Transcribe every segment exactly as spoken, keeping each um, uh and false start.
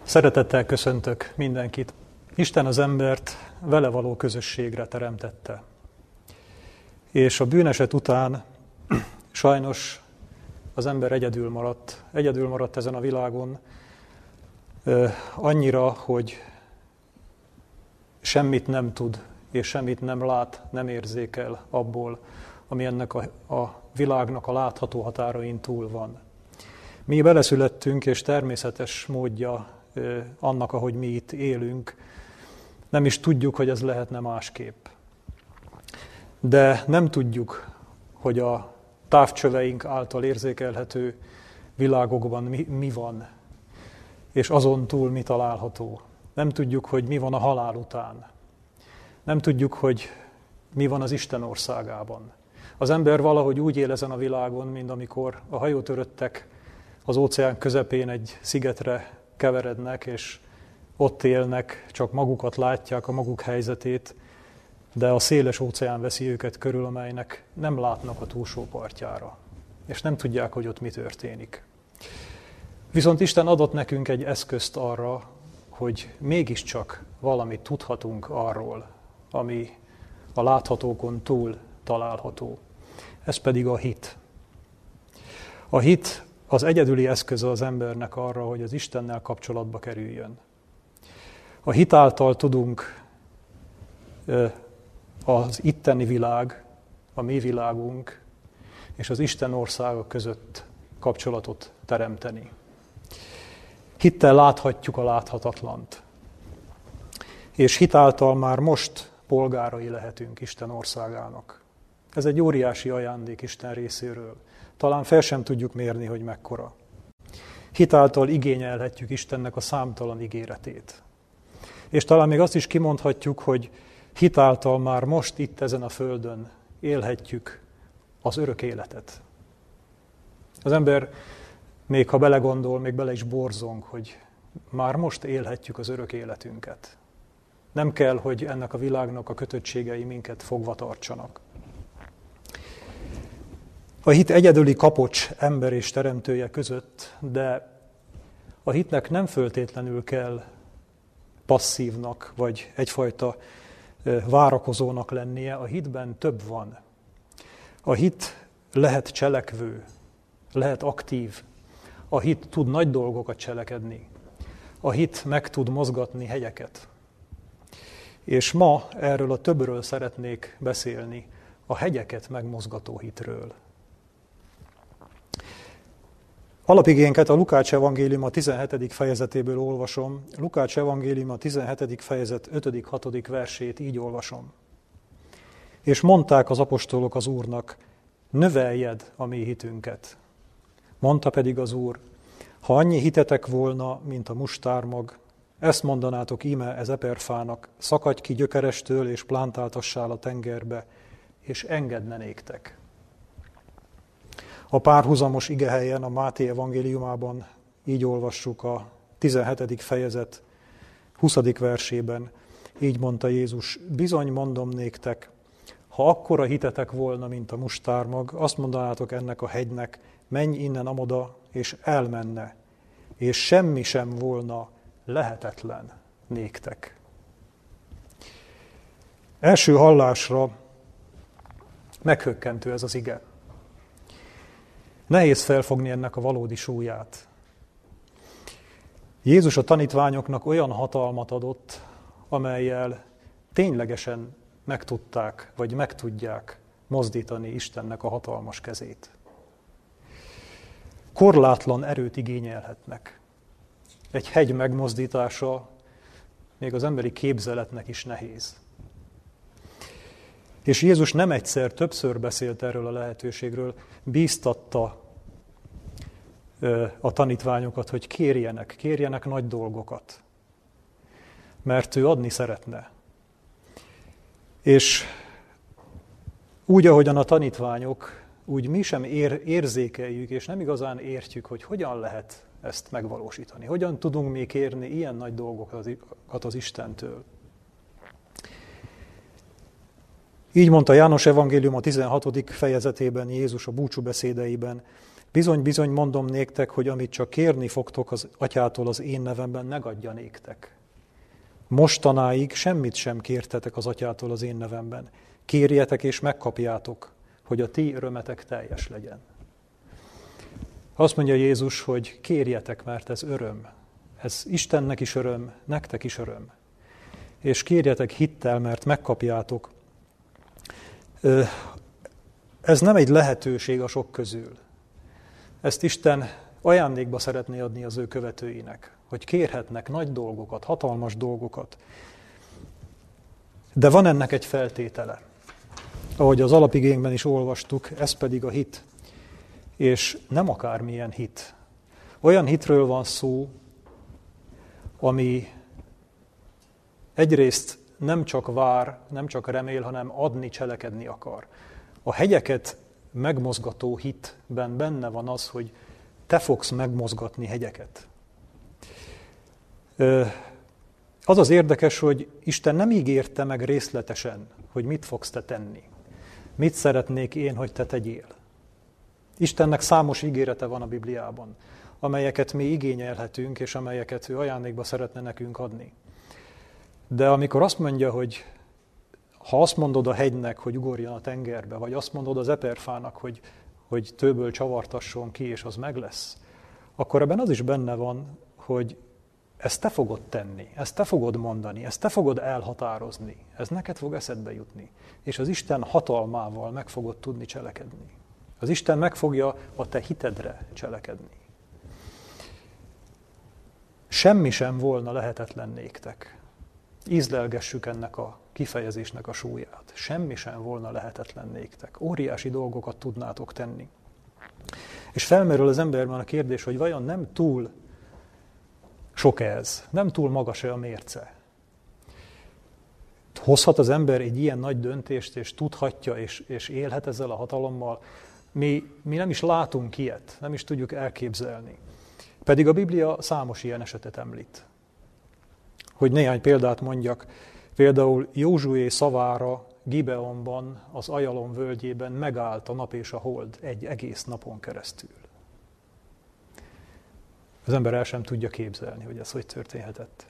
Szeretettel köszöntök mindenkit. Isten az embert vele való közösségre teremtette. És a bűneset után sajnos az ember egyedül maradt. Egyedül maradt ezen a világon annyira, hogy semmit nem tud, és semmit nem lát, nem érzékel abból, ami ennek a, a világnak a látható határain túl van. Mi beleszülettünk, és természetes módja annak, ahogy mi itt élünk, nem is tudjuk, hogy ez lehetne másképp. De nem tudjuk, hogy a távcsöveink által érzékelhető világokban mi, mi van, és azon túl mi található. Nem tudjuk, hogy mi van a halál után. Nem tudjuk, hogy mi van az Isten országában. Az ember valahogy úgy él ezen a világon, mint amikor a hajótöröttek az óceán közepén egy szigetre keverednek, és ott élnek, csak magukat látják, a maguk helyzetét, de a széles óceán veszi őket körül, amelynek nem látnak a túlsó partjára, és nem tudják, hogy ott mi történik. Viszont Isten adott nekünk egy eszközt arra, hogy mégiscsak valamit tudhatunk arról, ami a láthatókon túl található. Ez pedig a hit. A hit az egyedüli eszköze az embernek arra, hogy az Istennel kapcsolatba kerüljön. A hit által tudunk az itteni világ, a mi világunk és az Isten országa között kapcsolatot teremteni. Hittel láthatjuk a láthatatlant. És hit által már most polgárai lehetünk Isten országának. Ez egy óriási ajándék Isten részéről. Talán fel sem tudjuk mérni, hogy mekkora. Hitáltal igényelhetjük Istennek a számtalan ígéretét. És talán még azt is kimondhatjuk, hogy hitáltal már most itt ezen a földön élhetjük az örök életet. Az ember, még ha belegondol, még bele is borzong, hogy már most élhetjük az örök életünket. Nem kell, hogy ennek a világnak a kötöttségei minket fogva tartsanak. A hit egyedüli kapocs ember és teremtője között, de a hitnek nem föltétlenül kell passzívnak, vagy egyfajta várakozónak lennie. A hitben több van. A hit lehet cselekvő, lehet aktív. A hit tud nagy dolgokat cselekedni. A hit meg tud mozgatni hegyeket. És ma erről a többről szeretnék beszélni, a hegyeket megmozgató hitről. Alapigénket a Lukács evangéliuma tizenhetedik fejezetéből olvasom. Lukács evangéliuma tizenhetedik fejezet ötödik-hatodik versét így olvasom. És mondták az apostolok az Úrnak, növeljed a mi hitünket. Mondta pedig az Úr, ha annyi hitetek volna, mint a mustármag, ezt mondanátok íme ez eperfának, szakadj ki gyökerestől és plántáltassál a tengerbe, és engedne néktek. A párhuzamos igehelyen a Máté evangéliumában így olvassuk a tizenhetedik fejezet huszadik versében. Így mondta Jézus, bizony mondom néktek, ha akkora hitetek volna, mint a mustármag, azt mondanátok ennek a hegynek, menj innen amoda, és elmenne, és semmi sem volna lehetetlen néktek. Első hallásra meghökkentő ez az ige. Nehéz felfogni ennek a valódi súlyát. Jézus a tanítványoknak olyan hatalmat adott, amellyel ténylegesen meg tudták, vagy meg tudják mozdítani Istennek a hatalmas kezét. Korlátlan erőt igényelhetnek. Egy hegy megmozdítása még az emberi képzeletnek is nehéz. És Jézus nem egyszer, többször beszélt erről a lehetőségről, bíztatta a tanítványokat, hogy kérjenek, kérjenek nagy dolgokat, mert ő adni szeretne. És úgy, ahogyan a tanítványok, úgy mi sem ér, érzékeljük, és nem igazán értjük, hogy hogyan lehet ezt megvalósítani. Hogyan tudunk mi kérni ilyen nagy dolgokat az Istentől. Így mondta János evangélium a tizenhatodik fejezetében Jézus a búcsúbeszédeiben, Bizony-bizony mondom néktek, hogy amit csak kérni fogtok az atyától az én nevemben, megadja néktek. Mostanáig semmit sem kértetek az atyától az én nevemben. Kérjetek és megkapjátok, hogy a ti örömetek teljes legyen. Azt mondja Jézus, hogy kérjetek, mert ez öröm. Ez Istennek is öröm, nektek is öröm. És kérjetek hittel, mert megkapjátok. Ez nem egy lehetőség a sok közül. Ezt Isten ajándékba szeretné adni az ő követőinek, hogy kérhetnek nagy dolgokat, hatalmas dolgokat. De van ennek egy feltétele. Ahogy az alapigénkben is olvastuk, ez pedig a hit. És nem akármilyen hit. Olyan hitről van szó, ami egyrészt nem csak vár, nem csak remél, hanem adni, cselekedni akar. A hegyeket megmozgató hitben benne van az, hogy te fogsz megmozgatni hegyeket. Az az érdekes, hogy Isten nem ígérte meg részletesen, hogy mit fogsz te tenni. Mit szeretnék én, hogy te tegyél. Istennek számos ígérete van a Bibliában, amelyeket mi igényelhetünk, és amelyeket ő ajándékba szeretne nekünk adni. De amikor azt mondja, hogy ha azt mondod a hegynek, hogy ugorjon a tengerbe, vagy azt mondod az eperfának, hogy, hogy tőből csavartasson ki, és az meg lesz, akkor ebben az is benne van, hogy ezt te fogod tenni, ezt te fogod mondani, ezt te fogod elhatározni, ez neked fog eszedbe jutni, és az Isten hatalmával meg fogod tudni cselekedni. Az Isten meg fogja a te hitedre cselekedni. Semmi sem volna lehetetlen néktek. Ízlelgessük ennek a kifejezésnek a súlyát. Semmi sem volna lehetetlen néktek. Óriási dolgokat tudnátok tenni. És felmerül az emberben a kérdés, hogy vajon nem túl sok ez, nem túl magas-e a mérce? Hozhat az ember egy ilyen nagy döntést, és tudhatja, és, és élhet ezzel a hatalommal? Mi, mi nem is látunk ilyet, nem is tudjuk elképzelni. Pedig a Biblia számos ilyen esetet említ. Hogy néhány példát mondjak, például Józsué szavára Gibeonban, az Ajalon völgyében megállt a nap és a hold egy egész napon keresztül. Az ember el sem tudja képzelni, hogy ez hogy történhetett.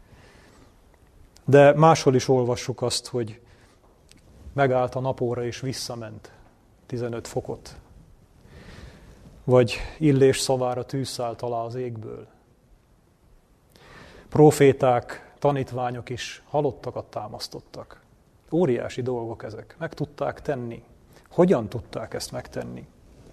De máshol is olvassuk azt, hogy megállt a napóra és visszament tizenöt fokot. Vagy Illés szavára tűz szállt alá az égből. Proféták, tanítványok is halottakat támasztottak. Óriási dolgok ezek. Meg tudták tenni. Hogyan tudták ezt megtenni?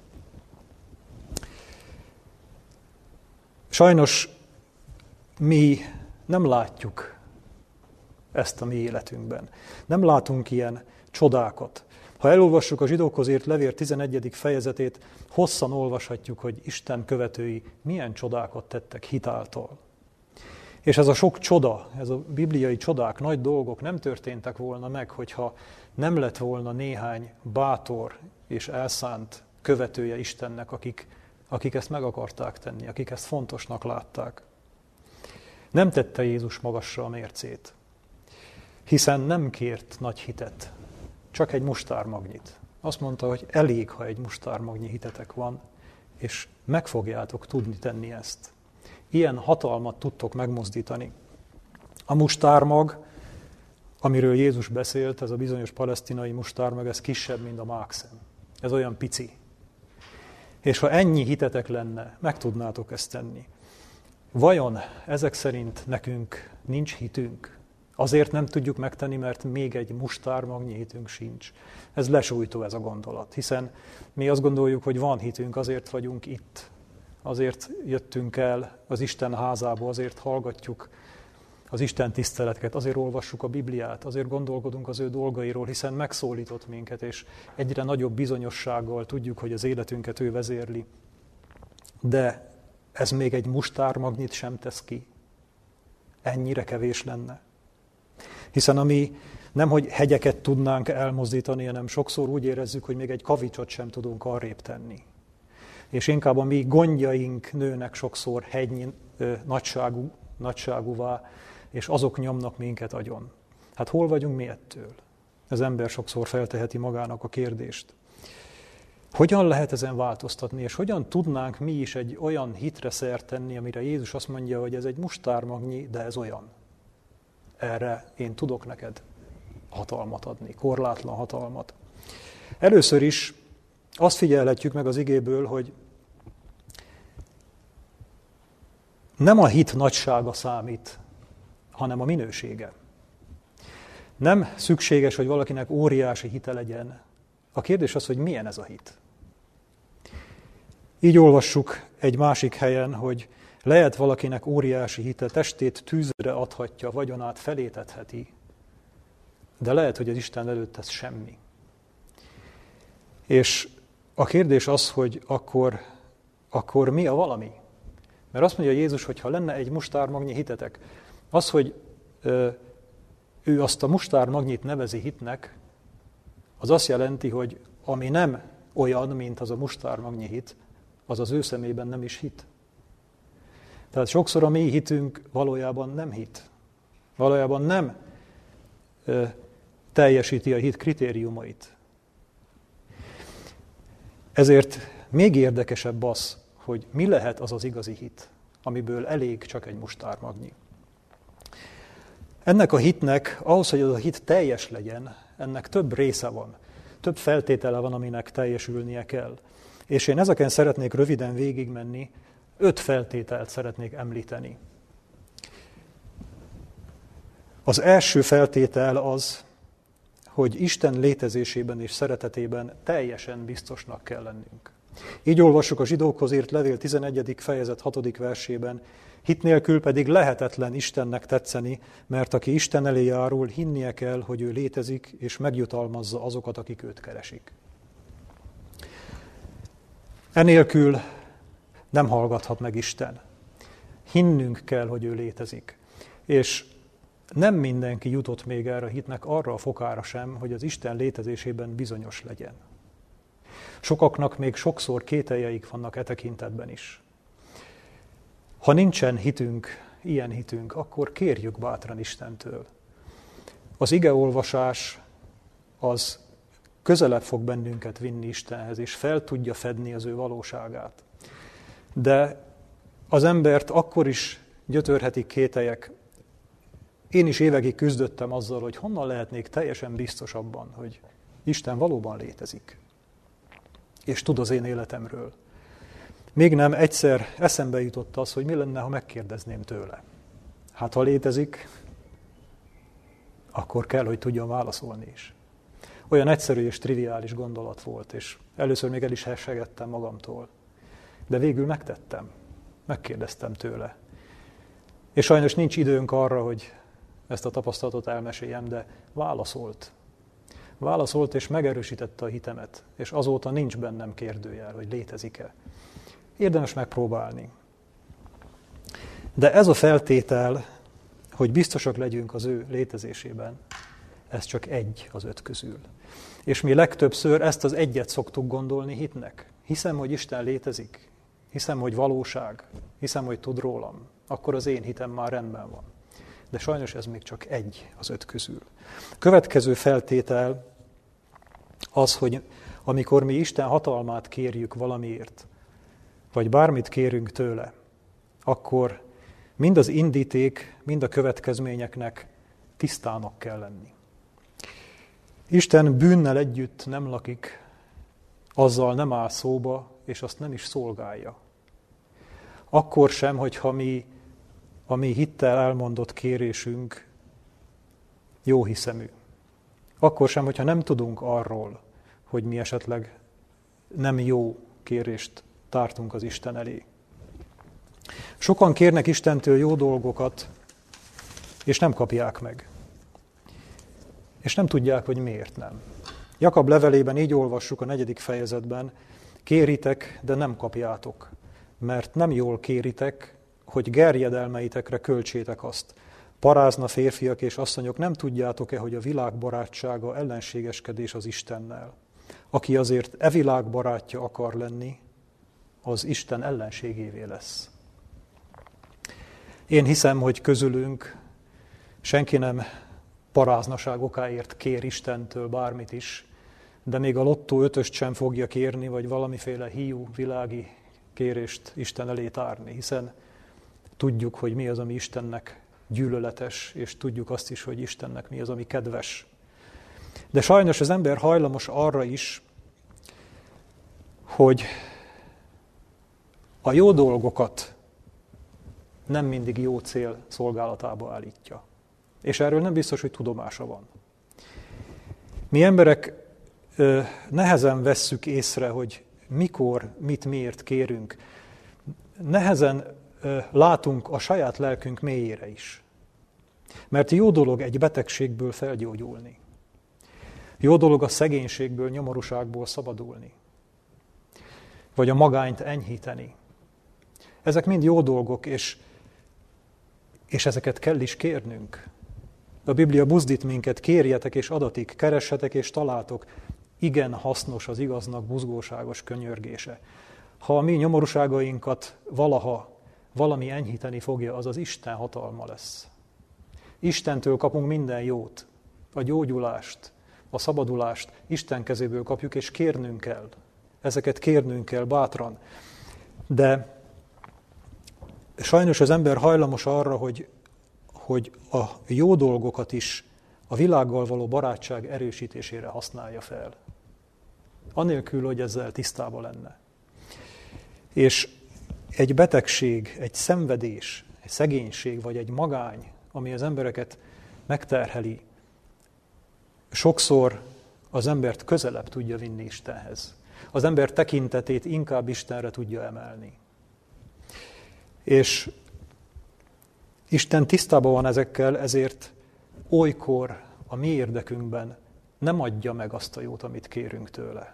Sajnos mi nem látjuk ezt a mi életünkben. Nem látunk ilyen csodákat. Ha elolvassuk a zsidókhoz írt levél tizenegyedik fejezetét, hosszan olvashatjuk, hogy Isten követői milyen csodákat tettek hitáltal. És ez a sok csoda, ez a bibliai csodák, nagy dolgok nem történtek volna meg, hogyha nem lett volna néhány bátor és elszánt követője Istennek, akik, akik ezt meg akarták tenni, akik ezt fontosnak látták. Nem tette Jézus magasra a mércét, hiszen nem kért nagy hitet, csak egy mustármagnyit. Azt mondta, hogy elég, ha egy mustármagnyi hitetek van, és meg fogjátok tudni tenni ezt. Ilyen hatalmat tudtok megmozdítani. A mustármag, amiről Jézus beszélt, ez a bizonyos palesztinai mustármag, ez kisebb, mint a mákszem. Ez olyan pici. És ha ennyi hitetek lenne, meg tudnátok ezt tenni. Vajon ezek szerint nekünk nincs hitünk? Azért nem tudjuk megtenni, mert még egy mustármagnyi hitünk sincs. Ez lesújtó ez a gondolat, hiszen mi azt gondoljuk, hogy van hitünk, azért vagyunk itt. Azért jöttünk el az Isten házába, azért hallgatjuk az Isten tiszteleteket, azért olvassuk a Bibliát, azért gondolkodunk az ő dolgairól, hiszen megszólított minket, és egyre nagyobb bizonyossággal tudjuk, hogy az életünket ő vezérli. De ez még egy mustármagnyit sem tesz ki. Ennyire kevés lenne. Hiszen ami nemhogy hegyeket tudnánk elmozdítani, hanem sokszor úgy érezzük, hogy még egy kavicsot sem tudunk arrébb tenni. És inkább a mi gondjaink nőnek sokszor hegynyi nagyságú, nagyságúvá, és azok nyomnak minket agyon. Hát hol vagyunk mi ettől? Az ember sokszor felteheti magának a kérdést. Hogyan lehet ezen változtatni, és hogyan tudnánk mi is egy olyan hitre szert tenni, amire Jézus azt mondja, hogy ez egy mustármagnyi, de ez olyan. Erre én tudok neked hatalmat adni, korlátlan hatalmat. Először is azt figyelhetjük meg az igéből, hogy nem a hit nagysága számít, hanem a minősége. Nem szükséges, hogy valakinek óriási hite legyen. A kérdés az, hogy milyen ez a hit. Így olvassuk egy másik helyen, hogy lehet valakinek óriási hite, testét tűzre adhatja, vagyonát felétetheti, de lehet, hogy az Isten előtt ez semmi. És a kérdés az, hogy akkor, akkor mi a valami? Mert azt mondja Jézus, hogy ha lenne egy mustármagnyi hitetek, az, hogy ö, ő azt a mustármagnyit nevezi hitnek, az azt jelenti, hogy ami nem olyan, mint az a mustármagnyi hit, az az ő szemében nem is hit. Tehát sokszor a mi hitünk valójában nem hit. Valójában nem ö, teljesíti a hit kritériumait. Ezért még érdekesebb az, hogy mi lehet az az igazi hit, amiből elég csak egy mustármagnyi. Ennek a hitnek, ahhoz, hogy az a hit teljes legyen, ennek több része van, több feltétele van, aminek teljesülnie kell. És én ezeken szeretnék röviden végigmenni, öt feltételt szeretnék említeni. Az első feltétel az, hogy Isten létezésében és szeretetében teljesen biztosnak kell lennünk. Így olvassuk a zsidókhoz írt levél tizenegyedik fejezet hatodik versében, hit nélkül pedig lehetetlen Istennek tetszeni, mert aki Isten elé járul, hinnie kell, hogy ő létezik, és megjutalmazza azokat, akik őt keresik. Enélkül nem hallgathat meg Isten. Hinnünk kell, hogy ő létezik. És nem mindenki jutott még erre a hitnek arra a fokára sem, hogy az Isten létezésében bizonyos legyen. Sokaknak még sokszor kételjeik vannak e tekintetben is. Ha nincsen hitünk, ilyen hitünk, akkor kérjük bátran Istentől. Az igeolvasás az közelebb fog bennünket vinni Istenhez, és fel tudja fedni az ő valóságát. De az embert akkor is gyötörhetik kételyek. Én is évekig küzdöttem azzal, hogy honnan lehetnék teljesen biztos abban, hogy Isten valóban létezik, és tud az én életemről. Még nem egyszer eszembe jutott az, hogy mi lenne, ha megkérdezném tőle. Hát ha létezik, akkor kell, hogy tudjon válaszolni is. Olyan egyszerű és triviális gondolat volt, és először még el is hessegettem magamtól. De végül megtettem, megkérdeztem tőle. És sajnos nincs időnk arra, hogy ezt a tapasztalatot elmeséljem, de válaszolt. Válaszolt és megerősítette a hitemet, és azóta nincs bennem kérdőjel, hogy létezik-e. Érdemes megpróbálni. De ez a feltétel, hogy biztosak legyünk az ő létezésében, ez csak egy az öt közül. És mi legtöbbször ezt az egyet szoktuk gondolni hitnek. Hiszem, hogy Isten létezik, hiszem, hogy valóság, hiszem, hogy tud rólam, akkor az én hitem már rendben van. De sajnos ez még csak egy az öt közül. Következő feltétel az, hogy amikor mi Isten hatalmát kérjük valamiért, vagy bármit kérünk tőle, akkor mind az indíték, mind a következményeknek tisztának kell lenni. Isten bűnnel együtt nem lakik, azzal nem áll szóba, és azt nem is szolgálja. Akkor sem, hogyha mi a mi hittel elmondott kérésünk jó hiszemű. Akkor sem, hogyha nem tudunk arról, hogy mi esetleg nem jó kérést tártunk az Isten elé. Sokan kérnek Istentől jó dolgokat, és nem kapják meg. És nem tudják, hogy miért nem. Jakab levelében így olvassuk a negyedik fejezetben, kéritek, de nem kapjátok, mert nem jól kéritek, hogy gerjedelmeitekre költsétek azt. Parázna férfiak és asszonyok, nem tudjátok-e, hogy a világ barátsága ellenségeskedés az Istennel? Aki azért e világ barátja akar lenni, az Isten ellenségévé lesz. Én hiszem, hogy közülünk senki nem paráznaság okáért kér Istentől bármit is, de még a lottó ötöst sem fogja kérni, vagy valamiféle hiú világi kérést Isten elé tárni, hiszen tudjuk, hogy mi az, ami Istennek gyűlöletes, és tudjuk azt is, hogy Istennek mi az, ami kedves. De sajnos az ember hajlamos arra is, hogy a jó dolgokat nem mindig jó cél szolgálatába állítja. És erről nem biztos, hogy tudomása van. Mi emberek ö, nehezen vesszük észre, hogy mikor, mit, miért kérünk. Nehezen ö, látunk a saját lelkünk mélyére is. Mert jó dolog egy betegségből felgyógyulni. Jó dolog a szegénységből, nyomorúságból szabadulni. Vagy a magányt enyhíteni. Ezek mind jó dolgok, és, és ezeket kell is kérnünk. A Biblia buzdít minket, kérjetek és adatik, keressetek és találtok. Igen hasznos az igaznak buzgóságos könyörgése. Ha a mi nyomorúságainkat valaha valami enyhíteni fogja, az az Isten hatalma lesz. Istentől kapunk minden jót, a gyógyulást, a szabadulást Isten kezéből kapjuk, és kérnünk kell. Ezeket kérnünk kell bátran. De sajnos az ember hajlamos arra, hogy, hogy a jó dolgokat is a világgal való barátság erősítésére használja fel. Anélkül, hogy ezzel tisztában lenne. És egy betegség, egy szenvedés, egy szegénység vagy egy magány, ami az embereket megterheli, sokszor az embert közelebb tudja vinni Istenhez. Az ember tekintetét inkább Istenre tudja emelni. És Isten tisztában van ezekkel, ezért olykor a mi érdekünkben nem adja meg azt a jót, amit kérünk tőle.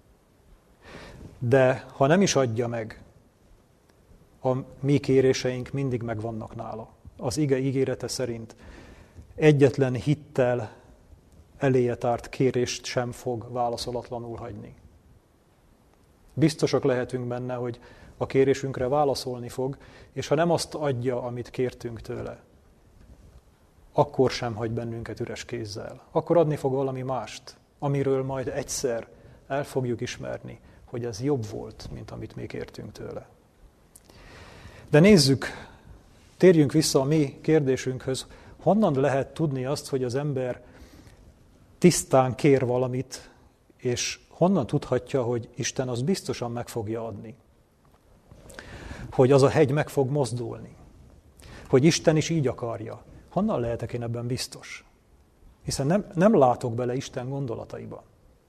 De ha nem is adja meg, a mi kéréseink mindig megvannak nála. Az ige ígérete szerint egyetlen hittel eléje tárt kérést sem fog válaszolatlanul hagyni. Biztosak lehetünk benne, hogy a kérésünkre válaszolni fog, és ha nem azt adja, amit kértünk tőle, akkor sem hagy bennünket üres kézzel. Akkor adni fog valami mást, amiről majd egyszer el fogjuk ismerni, hogy ez jobb volt, mint amit még kértünk tőle. De nézzük, térjünk vissza a mi kérdésünkhöz, honnan lehet tudni azt, hogy az ember tisztán kér valamit, és honnan tudhatja, hogy Isten az biztosan meg fogja adni? Hogy az a hegy meg fog mozdulni? Hogy Isten is így akarja? Honnan lehetek én ebben biztos? Hiszen nem, nem látok bele Isten gondolataiba.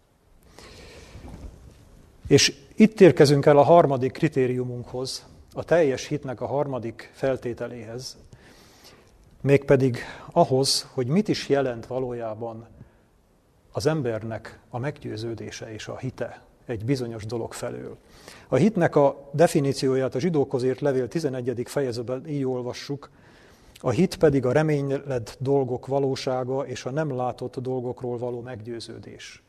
És itt érkezünk el a harmadik kritériumunkhoz, a teljes hitnek a harmadik feltételéhez, mégpedig ahhoz, hogy mit is jelent valójában az embernek a meggyőződése és a hite egy bizonyos dolog felől. A hitnek a definícióját a Zsidókhoz írt levél tizenegyedik fejezetben így olvassuk, a hit pedig a reménylett dolgok valósága és a nem látott dolgokról való meggyőződés.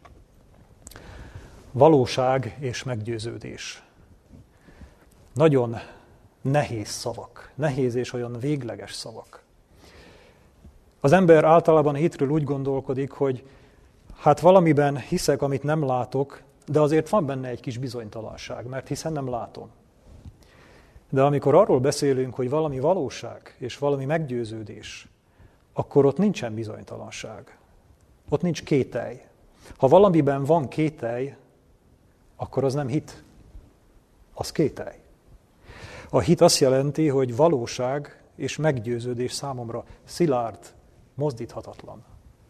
Valóság és meggyőződés. Nagyon nehéz szavak, nehéz és olyan végleges szavak. Az ember általában a hitről úgy gondolkodik, hogy hát valamiben hiszek, amit nem látok, de azért van benne egy kis bizonytalanság, mert hiszen nem látom. De amikor arról beszélünk, hogy valami valóság és valami meggyőződés, akkor ott nincsen bizonytalanság. Ott nincs kételj. Ha valamiben van kételj, akkor az nem hit, az kételj. A hit azt jelenti, hogy valóság és meggyőződés számomra szilárd, mozdíthatatlan.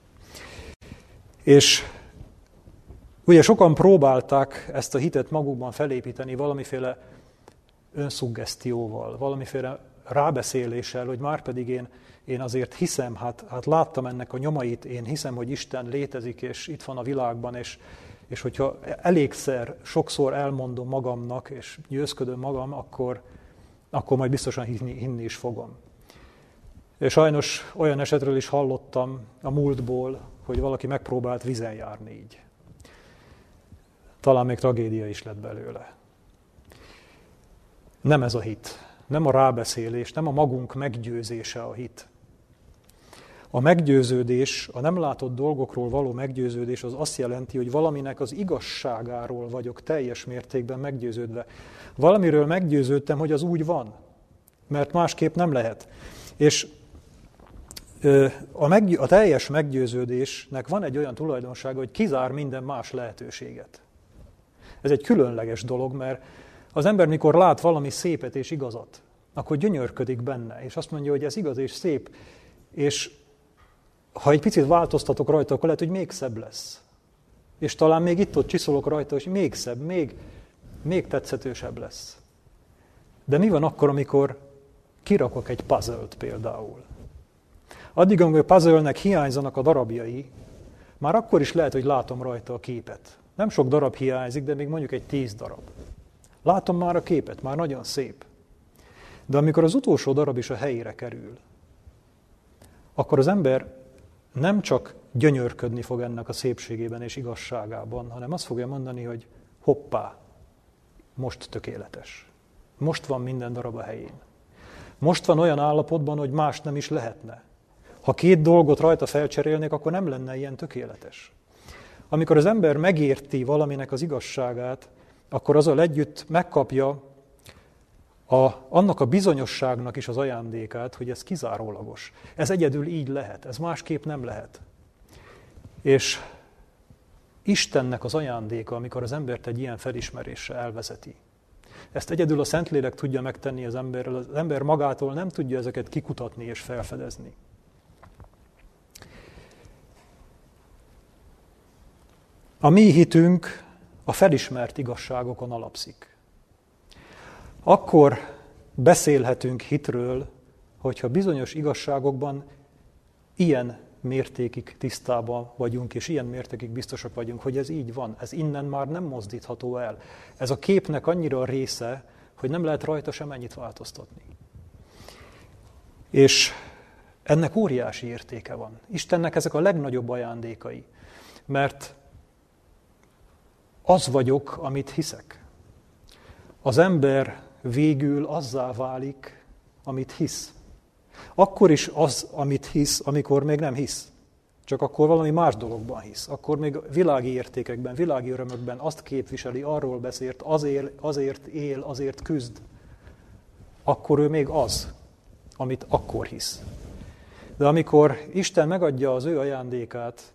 És ugye sokan próbálták ezt a hitet magukban felépíteni valamiféle önszuggesztióval, valamiféle rábeszéléssel, hogy márpedig én, én azért hiszem, hát, hát láttam ennek a nyomait, én hiszem, hogy Isten létezik, és itt van a világban, és, és hogyha elégszer, sokszor elmondom magamnak, és győzködöm magam, akkor, akkor majd biztosan hinni, hinni is fogom. És sajnos olyan esetről is hallottam a múltból, hogy valaki megpróbált vizen járni így. Talán még tragédia is lett belőle. Nem ez a hit, nem a rábeszélés, nem a magunk meggyőzése a hit. A meggyőződés, a nem látott dolgokról való meggyőződés az azt jelenti, hogy valaminek az igazságáról vagyok teljes mértékben meggyőződve. Valamiről meggyőződtem, hogy az úgy van, mert másképp nem lehet. És a, meggy- a teljes meggyőződésnek van egy olyan tulajdonsága, hogy kizár minden más lehetőséget. Ez egy különleges dolog, mert az ember, mikor lát valami szépet és igazat, akkor gyönyörködik benne, és azt mondja, hogy ez igaz és szép, és ha egy picit változtatok rajta, akkor lehet, hogy még szebb lesz. És talán még itt-ott csiszolok rajta, és még szebb, még, még tetszetősebb lesz. De mi van akkor, amikor kirakok egy puzzle-t például? Addig, amíg a puzzle-nek hiányzanak a darabjai, már akkor is lehet, hogy látom rajta a képet. Nem sok darab hiányzik, de még mondjuk egy tíz darab. Látom már a képet, már nagyon szép. De amikor az utolsó darab is a helyére kerül, akkor az ember nem csak gyönyörködni fog ennek a szépségében és igazságában, hanem azt fogja mondani, hogy hoppá, most tökéletes. Most van minden darab a helyén. Most van olyan állapotban, hogy más nem is lehetne. Ha két dolgot rajta felcserélnék, akkor nem lenne ilyen tökéletes. Amikor az ember megérti valaminek az igazságát, akkor azzal együtt megkapja a, annak a bizonyosságnak is az ajándékát, hogy ez kizárólagos. Ez egyedül így lehet, ez másképp nem lehet. És Istennek az ajándéka, amikor az embert egy ilyen felismerésre elvezeti. Ezt egyedül a Szentlélek tudja megtenni az emberrel, az ember magától nem tudja ezeket kikutatni és felfedezni. A mi hitünk a felismert igazságokon alapszik. Akkor beszélhetünk hitről, hogyha bizonyos igazságokban ilyen mértékig tisztában vagyunk, és ilyen mértékig biztosak vagyunk, hogy ez így van, ez innen már nem mozdítható el. Ez a képnek annyira a része, hogy nem lehet rajta semennyit változtatni. És ennek óriási értéke van. Istennek ezek a legnagyobb ajándékai, mert az vagyok, amit hiszek. Az ember végül azzá válik, amit hisz. Akkor is az, amit hisz, amikor még nem hisz. Csak akkor valami más dologban hisz. Akkor még világi értékekben, világi örömökben azt képviseli, arról beszélt, azért, azért él, azért küzd. Akkor ő még az, amit akkor hisz. De amikor Isten megadja az ő ajándékát,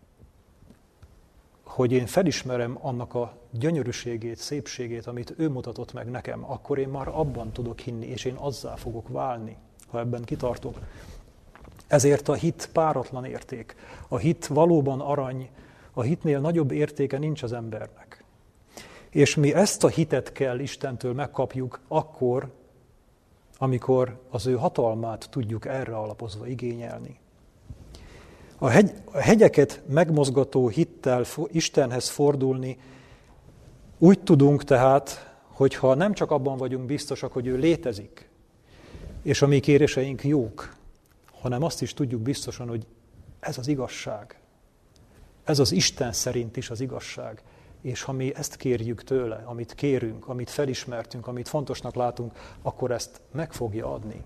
hogy én felismerem annak a gyönyörűségét, szépségét, amit ő mutatott meg nekem, akkor én már abban tudok hinni, és én azzá fogok válni, ha ebben kitartok. Ezért a hit páratlan érték. A hit valóban arany, a hitnél nagyobb értéke nincs az embernek. És mi ezt a hitet kell Istentől megkapjuk akkor, amikor az ő hatalmát tudjuk erre alapozva igényelni. A, hegy, a hegyeket megmozgató hittel Istenhez fordulni úgy tudunk tehát, hogyha nem csak abban vagyunk biztosak, hogy ő létezik, és a mi kéréseink jók, hanem azt is tudjuk biztosan, hogy ez az igazság. Ez az Isten szerint is az igazság. És ha mi ezt kérjük tőle, amit kérünk, amit felismertünk, amit fontosnak látunk, akkor ezt meg fogja adni.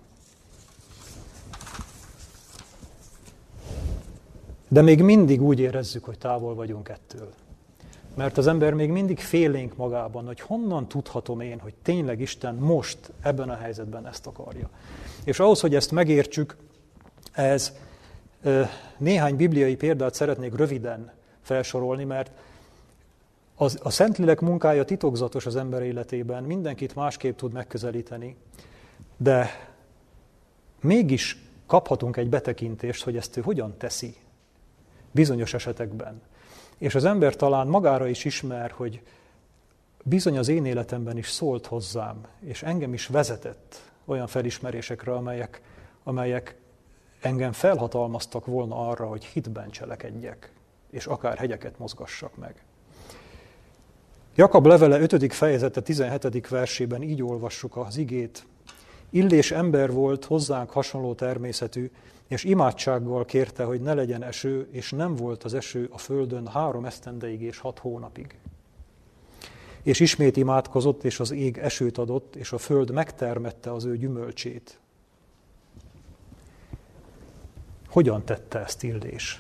De még mindig úgy érezzük, hogy távol vagyunk ettől. Mert az ember még mindig félénk magában, hogy honnan tudhatom én, hogy tényleg Isten most ebben a helyzetben ezt akarja. És ahhoz, hogy ezt megértsük, ez néhány bibliai példát szeretnék röviden felsorolni, mert az, a Szentlélek munkája titokzatos az ember életében, mindenkit másképp tud megközelíteni, de mégis kaphatunk egy betekintést, hogy ezt ő hogyan teszi bizonyos esetekben. És az ember talán magára is ismer, hogy bizony az én életemben is szólt hozzám, és engem is vezetett olyan felismerésekre, amelyek, amelyek engem felhatalmaztak volna arra, hogy hitben cselekedjek, és akár hegyeket mozgassak meg. Jakab levele ötödik fejezete tizenhetedik versében így olvassuk az igét. Illés ember volt, hozzánk hasonló természetű, és imádsággal kérte, hogy ne legyen eső, és nem volt az eső a földön három esztendeig és hat hónapig. És ismét imádkozott, és az ég esőt adott, és a föld megtermette az ő gyümölcsét. Hogyan tette ezt Illés?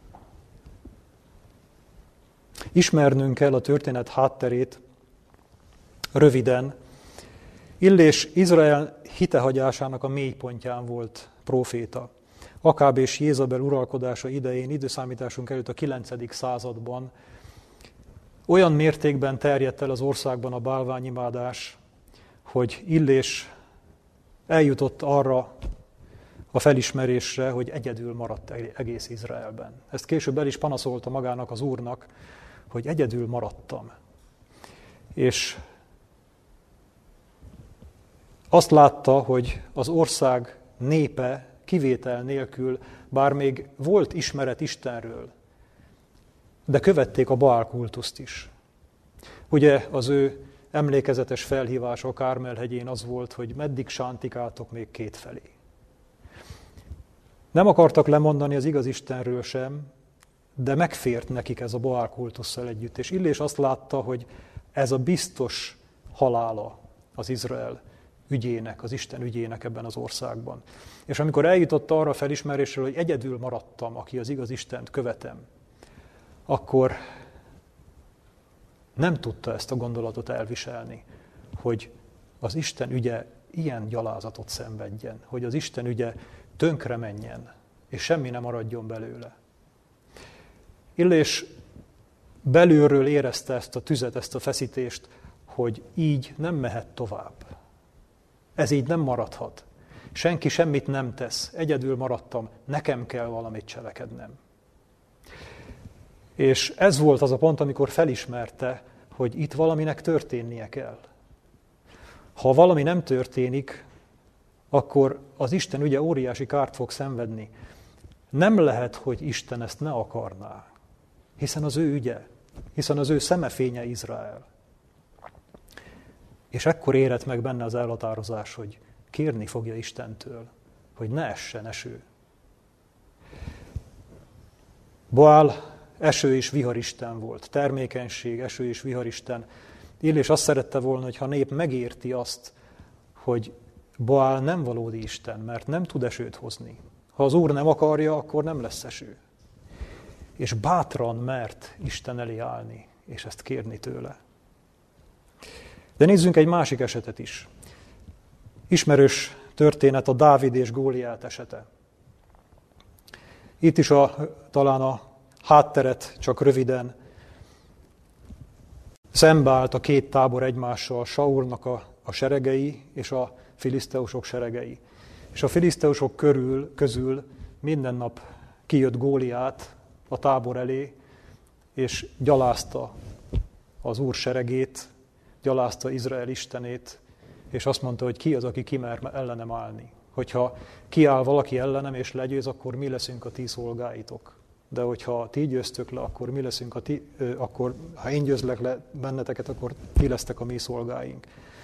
Ismernünk kell a történet hátterét röviden. Illés Izrael hitehagyásának a mélypontján volt próféta. Akáb és Jézabel uralkodása idején, időszámításunk előtt a kilencedik században olyan mértékben terjedt el az országban a bálványimádás, hogy Illés eljutott arra a felismerésre, hogy egyedül maradt egész Izraelben. Ezt később el is panaszolta magának az Úrnak, hogy egyedül maradtam. És azt látta, hogy az ország népe kivétel nélkül, bár még volt ismeret Istenről, de követték a Baál kultuszt is. Ugye az ő emlékezetes felhívása a Kármel-hegyén az volt, hogy meddig sántikáltok még kétfelé. Nem akartak lemondani az igaz Istenről sem, de megfért nekik ez a Baál kultusszal együtt. És Illés azt látta, hogy ez a biztos halála az Izrael ügyének, az Isten ügyének ebben az országban. És amikor eljutott arra a felismerésről, hogy egyedül maradtam, aki az igaz Istent követem, akkor nem tudta ezt a gondolatot elviselni, hogy az Isten ügye ilyen gyalázatot szenvedjen, hogy az Isten ügye tönkre menjen, és semmi nem maradjon belőle. Illés belülről érezte ezt a tüzet, ezt a feszítést, hogy így nem mehet tovább. Ez így nem maradhat. Senki semmit nem tesz, egyedül maradtam, nekem kell valamit cselekednem. És ez volt az a pont, amikor felismerte, hogy itt valaminek történnie kell. Ha valami nem történik, akkor az Isten ügye óriási kárt fog szenvedni. Nem lehet, hogy Isten ezt ne akarná, hiszen az ő ügye, hiszen az ő szemefénye Izrael. És ekkor érett meg benne az elhatározás, hogy kérni fogja Istentől, hogy ne essen eső. Baál eső és viharisten volt, termékenység, eső és viharisten. Illés azt szerette volna, hogy ha a nép megérti azt, hogy Baál nem valódi Isten, mert nem tud esőt hozni. Ha az Úr nem akarja, akkor nem lesz eső. És bátran mert Isten elé állni, és ezt kérni tőle. De nézzünk egy másik esetet is. Ismerős történet a Dávid és Góliát esete. Itt is a, talán a hátteret csak röviden szembeállt a két tábor egymással, Saulnak a, a seregei és a filiszteusok seregei. És a filiszteusok körül, közül minden nap kijött Góliát a tábor elé, és gyalázta az Úr seregét, gyalázta Izrael istenét, és azt mondta, hogy ki az, aki kimer ellenem állni. Hogyha kiáll valaki ellenem és legyőz, akkor mi leszünk a ti szolgáitok. De hogyha ti győztök le, akkor mi leszünk a ti, akkor ha én győzlek le benneteket, akkor ti lesztek a mi szolgáink.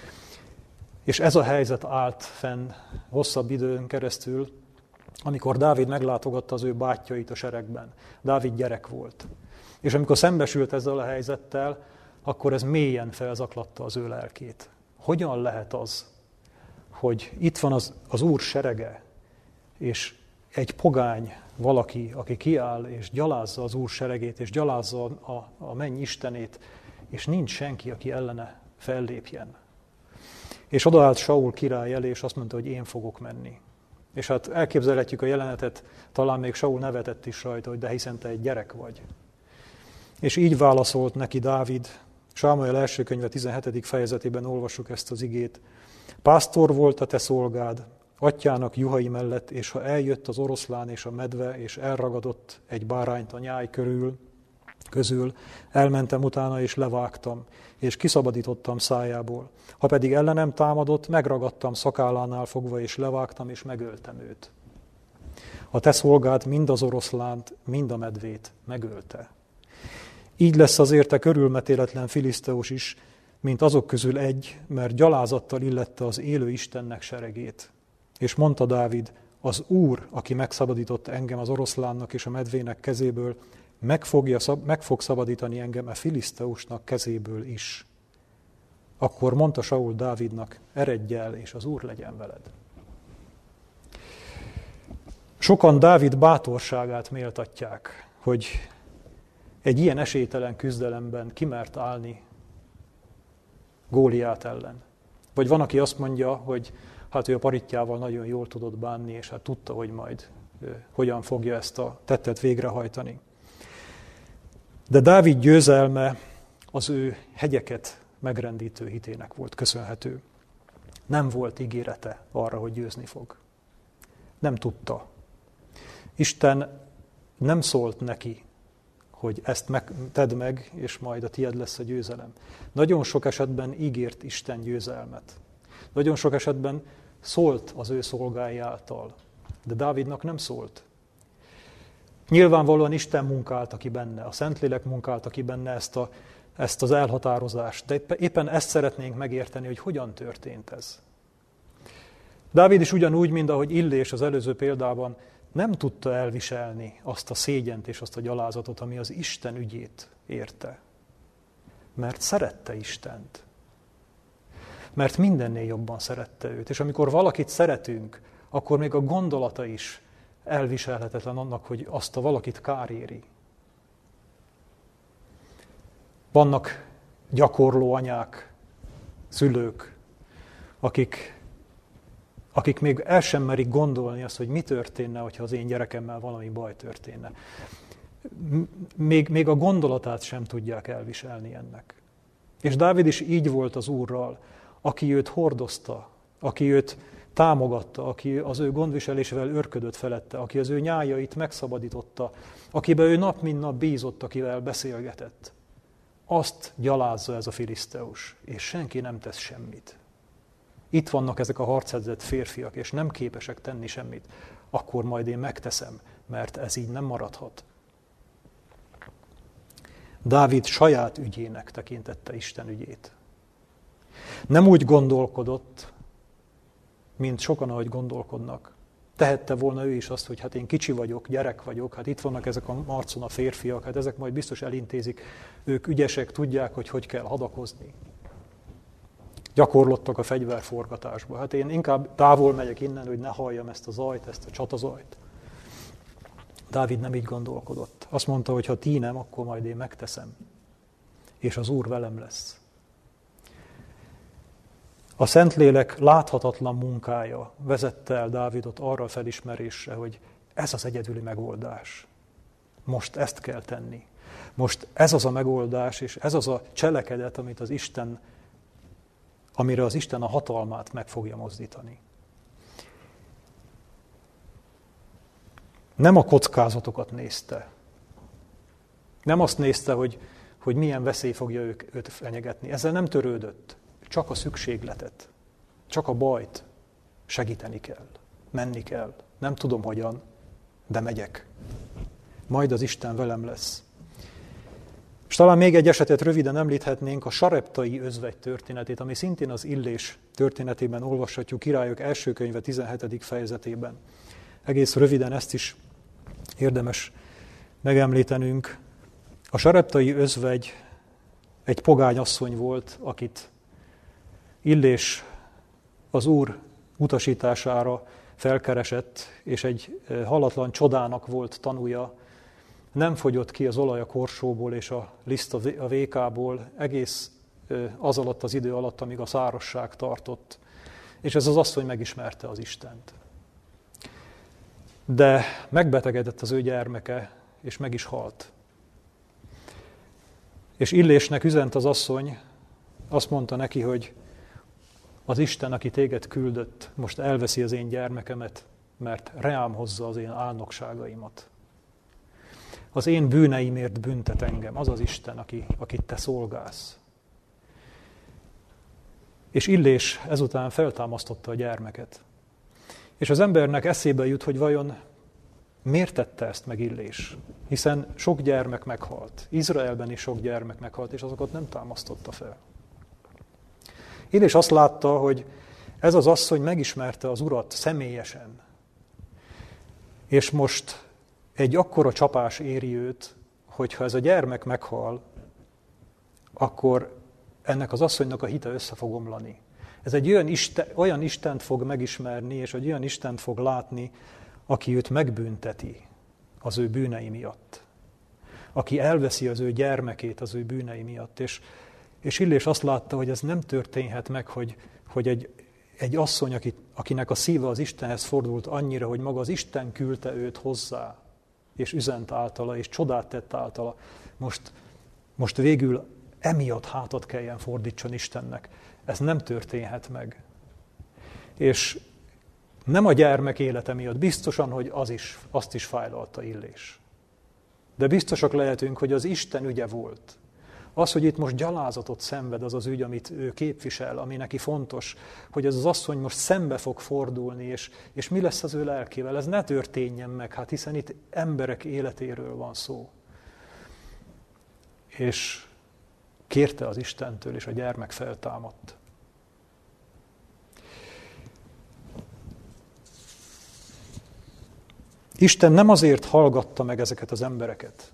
És ez a helyzet állt fenn hosszabb időn keresztül, amikor Dávid meglátogatta az ő bátyjait a seregben. Dávid gyerek volt. És amikor szembesült ezzel a helyzettel, akkor ez mélyen felzaklatta az ő lelkét. Hogyan lehet az, hogy itt van az, az Úr serege, és egy pogány valaki, aki kiáll és gyalázza az Úr seregét, és gyalázza a, a menny istenét, és nincs senki, aki ellene fellépjen. És odaállt Saul király elé, és azt mondta, hogy én fogok menni. És hát elképzelhetjük a jelenetet, talán még Saul nevetett is rajta, hogy de hiszen te egy gyerek vagy. És így válaszolt neki Dávid, Sámuel első könyve tizenhetedik fejezetében olvassuk ezt az igét. Pásztor volt a te szolgád, atyának juhai mellett, és ha eljött az oroszlán és a medve, és elragadott egy bárányt a nyáj körül, közül, elmentem utána, és levágtam, és kiszabadítottam szájából. Ha pedig ellenem támadott, megragadtam szakállánál fogva, és levágtam, és megöltem őt. A te szolgád mind az oroszlánt, mind a medvét megölte. Így lesz azért te körülmetéletlen filiszteus is, mint azok közül egy, mert gyalázattal illette az élő Istennek seregét. És mondta Dávid, az Úr, aki megszabadított engem az oroszlánnak és a medvének kezéből, meg, fogja, meg fog szabadítani engem a filiszteusnak kezéből is. Akkor mondta Saul Dávidnak, eredj el, és az Úr legyen veled. Sokan Dávid bátorságát méltatják, hogy egy ilyen esélytelen küzdelemben kimert állni Góliát ellen. Vagy van, aki azt mondja, hogy hát ő a paritjával nagyon jól tudott bánni, és hát tudta, hogy majd hogyan fogja ezt a tettet végrehajtani. De Dávid győzelme az ő hegyeket megrendítő hitének volt köszönhető. Nem volt ígérete arra, hogy győzni fog. Nem tudta. Isten nem szólt neki, hogy ezt meg, tedd meg, és majd a tied lesz a győzelem. Nagyon sok esetben ígért Isten győzelmet. Nagyon sok esetben szólt az ő szolgái által, de Dávidnak nem szólt. Nyilvánvalóan Isten munkálta ki benne, a Szentlélek munkálta ki benne ezt, a, ezt az elhatározást, de éppen ezt szeretnénk megérteni, hogy hogyan történt ez. Dávid is ugyanúgy, mint ahogy Illés az előző példában, nem tudta elviselni azt a szégyent és azt a gyalázatot, ami az Isten ügyét érte. Mert szerette Istent. Mert mindennél jobban szerette őt. És amikor valakit szeretünk, akkor még a gondolata is elviselhetetlen annak, hogy azt a valakit kár éri. Vannak gyakorló anyák, szülők, akik akik még el sem merik gondolni azt, hogy mi történne, hogyha az én gyerekemmel valami baj történne. Még, még a gondolatát sem tudják elviselni ennek. És Dávid is így volt az Úrral, aki őt hordozta, aki őt támogatta, aki az ő gondviselésével örködött felette, aki az ő nyájait megszabadította, akiben ő nap mint nap bízott, akivel beszélgetett. Azt gyalázza ez a filiszteus, és senki nem tesz semmit. Itt vannak ezek a harcedzett férfiak, és nem képesek tenni semmit. Akkor majd én megteszem, mert ez így nem maradhat. Dávid saját ügyének tekintette Isten ügyét. Nem úgy gondolkodott, mint sokan, ahogy gondolkodnak. Tehette volna ő is azt, hogy hát én kicsi vagyok, gyerek vagyok, hát itt vannak ezek a marcon a férfiak, hát ezek majd biztos elintézik, ők ügyesek, tudják, hogy hogy kell hadakozni. Gyakorlottak a fegyverforgatásba. Hát én inkább távol megyek innen, hogy ne halljam ezt a zajt, ezt a csatazajt. Dávid nem így gondolkodott. Azt mondta, hogy ha ti nem, akkor majd én megteszem. És az Úr velem lesz. A Szentlélek láthatatlan munkája vezette el Dávidot arra a felismerésre, hogy ez az egyedüli megoldás. Most ezt kell tenni. Most ez az a megoldás, és ez az a cselekedet, amit az Isten amire az Isten a hatalmát meg fogja mozdítani. Nem a kockázatokat nézte. Nem azt nézte, hogy, hogy milyen veszély fogja ők, őt fenyegetni. Ezzel nem törődött. Csak a szükségletet, csak a bajt segíteni kell. Menni kell. Nem tudom hogyan, de megyek. Majd az Isten velem lesz. És talán még egy esetet röviden említhetnénk, a sareptai özvegy történetét, ami szintén az Illés történetében olvashatjuk, Királyok első könyve tizenhetedik fejezetében. Egész röviden ezt is érdemes megemlítenünk. A sareptai özvegy egy pogány asszony volt, akit Illés az Úr utasítására felkeresett, és egy halatlan csodának volt tanúja. Nem fogyott ki az olaj a korsóból és a liszt a vékából egész az alatt az idő alatt, amíg a szárazság tartott. És ez az asszony megismerte az Istent. De megbetegedett az ő gyermeke, és meg is halt. És Illésnek üzent az asszony, azt mondta neki, hogy az Isten, aki téged küldött, most elveszi az én gyermekemet, mert reám hozza az én álnokságaimat. Az én bűneimért büntet engem, az az Isten, aki, akit te szolgálsz. És Illés ezután feltámasztotta a gyermeket. És az embernek eszébe jut, hogy vajon miért tette ezt meg Illés? Hiszen sok gyermek meghalt. Izraelben is sok gyermek meghalt, és azokat nem támasztotta fel. Illés azt látta, hogy ez az asszony megismerte az Urat személyesen. És most egy akkora csapás éri őt, hogyha ez a gyermek meghal, akkor ennek az asszonynak a hite össze fog omlani. Ez egy olyan, Isten, olyan Istent fog megismerni, és egy olyan Istent fog látni, aki őt megbünteti az ő bűnei miatt. Aki elveszi az ő gyermekét az ő bűnei miatt. És, és Illés azt látta, hogy ez nem történhet meg, hogy, hogy egy, egy asszony, akinek a szíve az Istenhez fordult annyira, hogy maga az Isten küldte őt hozzá, és üzent általa, és csodát tett általa, most, most végül emiatt hátat kelljen fordítson Istennek. Ez nem történhet meg. És nem a gyermek élete miatt, biztosan, hogy az is, azt is fájlalta Illés. De biztosak lehetünk, hogy az Isten ügye volt. Az, hogy itt most gyalázatot szenved, az az ügy, amit ő képvisel, ami neki fontos, hogy ez az asszony most szembe fog fordulni, és, és mi lesz az ő lelkével. Ez ne történjen meg, hát hiszen itt emberek életéről van szó. És kérte az Istentől, és a gyermek feltámadt. Isten nem azért hallgatta meg ezeket az embereket,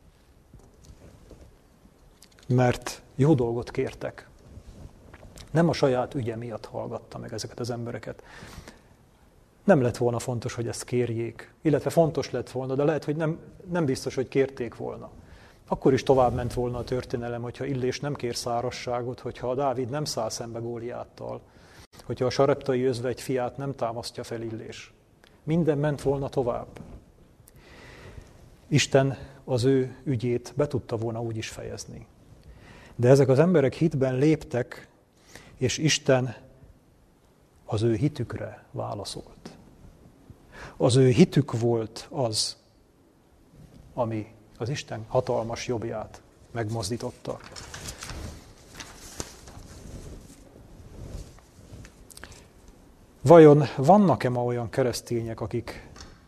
mert jó dolgot kértek. Nem a saját ügye miatt hallgatta meg ezeket az embereket. Nem lett volna fontos, hogy ezt kérjék, illetve fontos lett volna, de lehet, hogy nem, nem biztos, hogy kérték volna. Akkor is tovább ment volna a történelem, hogyha Illés nem kér szárazságot, hogyha a Dávid nem száll szembe Góliáttal, hogyha a sareptai özvegy fiát nem támasztja fel Illés. Minden ment volna tovább. Isten az ő ügyét be tudta volna úgy is fejezni. De ezek az emberek hitben léptek, és Isten az ő hitükre válaszolt. Az ő hitük volt az, ami az Isten hatalmas jobbját megmozdította. Vajon vannak-e ma olyan keresztények, akik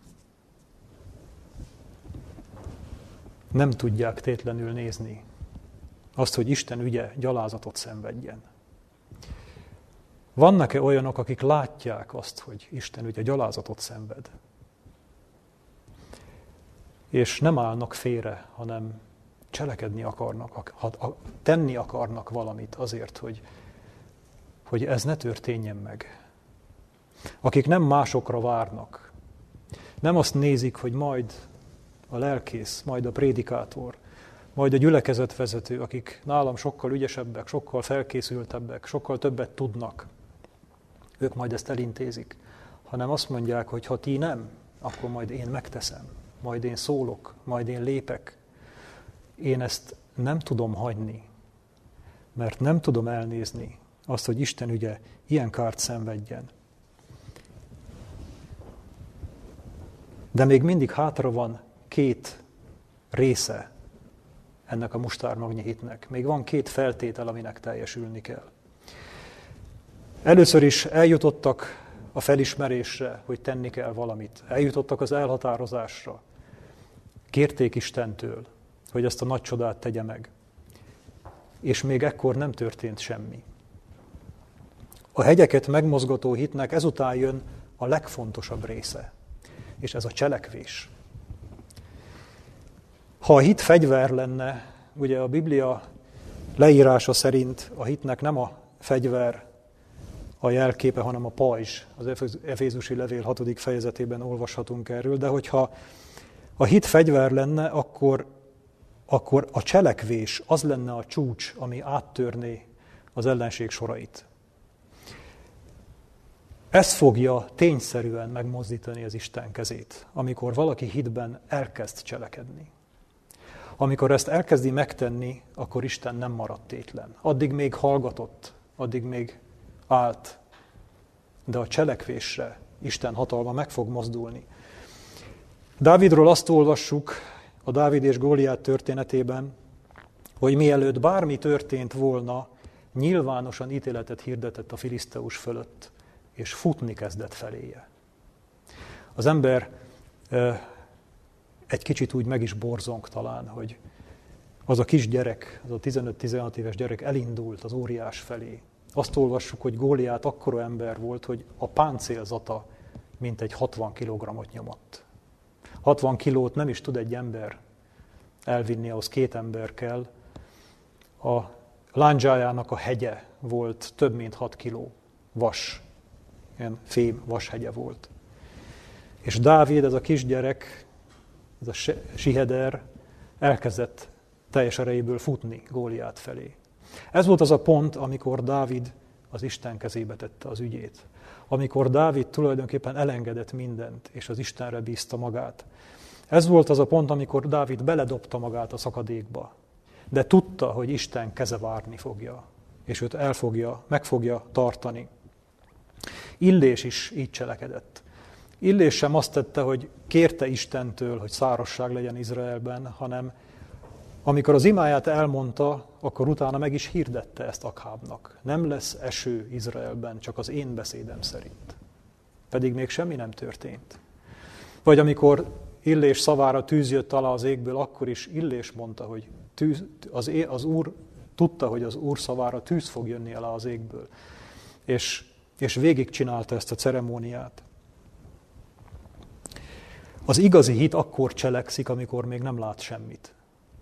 nem tudják tétlenül nézni azt, hogy Isten ügye gyalázatot szenvedjen? Vannak-e olyanok, akik látják azt, hogy Isten ügye gyalázatot szenved? És nem állnak félre, hanem cselekedni akarnak, tenni akarnak valamit azért, hogy, hogy ez ne történjen meg. Akik nem másokra várnak, nem azt nézik, hogy majd a lelkész, majd a prédikátor, majd a gyülekezetvezető, akik nálam sokkal ügyesebbek, sokkal felkészültebbek, sokkal többet tudnak, ők majd ezt elintézik, hanem azt mondják, hogy ha ti nem, akkor majd én megteszem, majd én szólok, majd én lépek. Én ezt nem tudom hagyni, mert nem tudom elnézni azt, hogy Isten ügye ilyen kárt szenvedjen. De még mindig hátra van két része ennek a mustármagnyi hitnek. Még van két feltétel, aminek teljesülni kell. Először is eljutottak a felismerésre, hogy tenni kell valamit. Eljutottak az elhatározásra. Kérték Istentől, hogy ezt a nagy csodát tegye meg. És még ekkor nem történt semmi. A hegyeket megmozgató hitnek ezután jön a legfontosabb része, és ez a cselekvés. Ha a hit fegyver lenne, ugye a Biblia leírása szerint a hitnek nem a fegyver a jelképe, hanem a pajzs. Az Efézusi levél hatodik fejezetében olvashatunk erről, de hogyha a hit fegyver lenne, akkor, akkor a cselekvés az lenne a csúcs, ami áttörné az ellenség sorait. Ez fogja tényszerűen megmozdítani az Isten kezét, amikor valaki hitben elkezd cselekedni. Amikor ezt elkezdi megtenni, akkor Isten nem maradt tétlen. Addig még hallgatott, addig még állt, de a cselekvésre Isten hatalma meg fog mozdulni. Dávidról azt olvassuk a Dávid és Góliát történetében, hogy mielőtt bármi történt volna, nyilvánosan ítéletet hirdetett a filiszteus fölött, és futni kezdett feléje. Az ember egy kicsit úgy meg is borzong talán, hogy az a kis gyerek, az a tizenöt-tizenhat éves gyerek elindult az óriás felé. Azt olvassuk, hogy Góliát akkora ember volt, hogy a páncélzata mintegy hatvan kilogrammot nyomott. hatvan kilót nem is tud egy ember elvinni, ahhoz két ember kell. A lándzsájának a hegye volt több mint hat kiló vas. Ilyen fém vashegye volt. És Dávid, ez a kisgyerek, ez a siheder elkezdett teljes erejéből futni Góliát felé. Ez volt az a pont, amikor Dávid az Isten kezébe tette az ügyét. Amikor Dávid tulajdonképpen elengedett mindent, és az Istenre bízta magát. Ez volt az a pont, amikor Dávid beledobta magát a szakadékba. De tudta, hogy Isten keze várni fogja, és őt el fogja, meg fogja tartani. Illés is így cselekedett. Illés sem azt tette, hogy kérte Istentől, hogy szárazság legyen Izraelben, hanem amikor az imáját elmondta, akkor utána meg is hirdette ezt Akhábnak. Nem lesz eső Izraelben, csak az én beszédem szerint. Pedig még semmi nem történt. Vagy amikor Illés szavára tűz jött alá az égből, akkor is Illés mondta, hogy tűz, az, é, az Úr tudta, hogy az Úr szavára tűz fog jönni alá az égből. És, és végigcsinálta ezt a ceremóniát. Az igazi hit akkor cselekszik, amikor még nem lát semmit.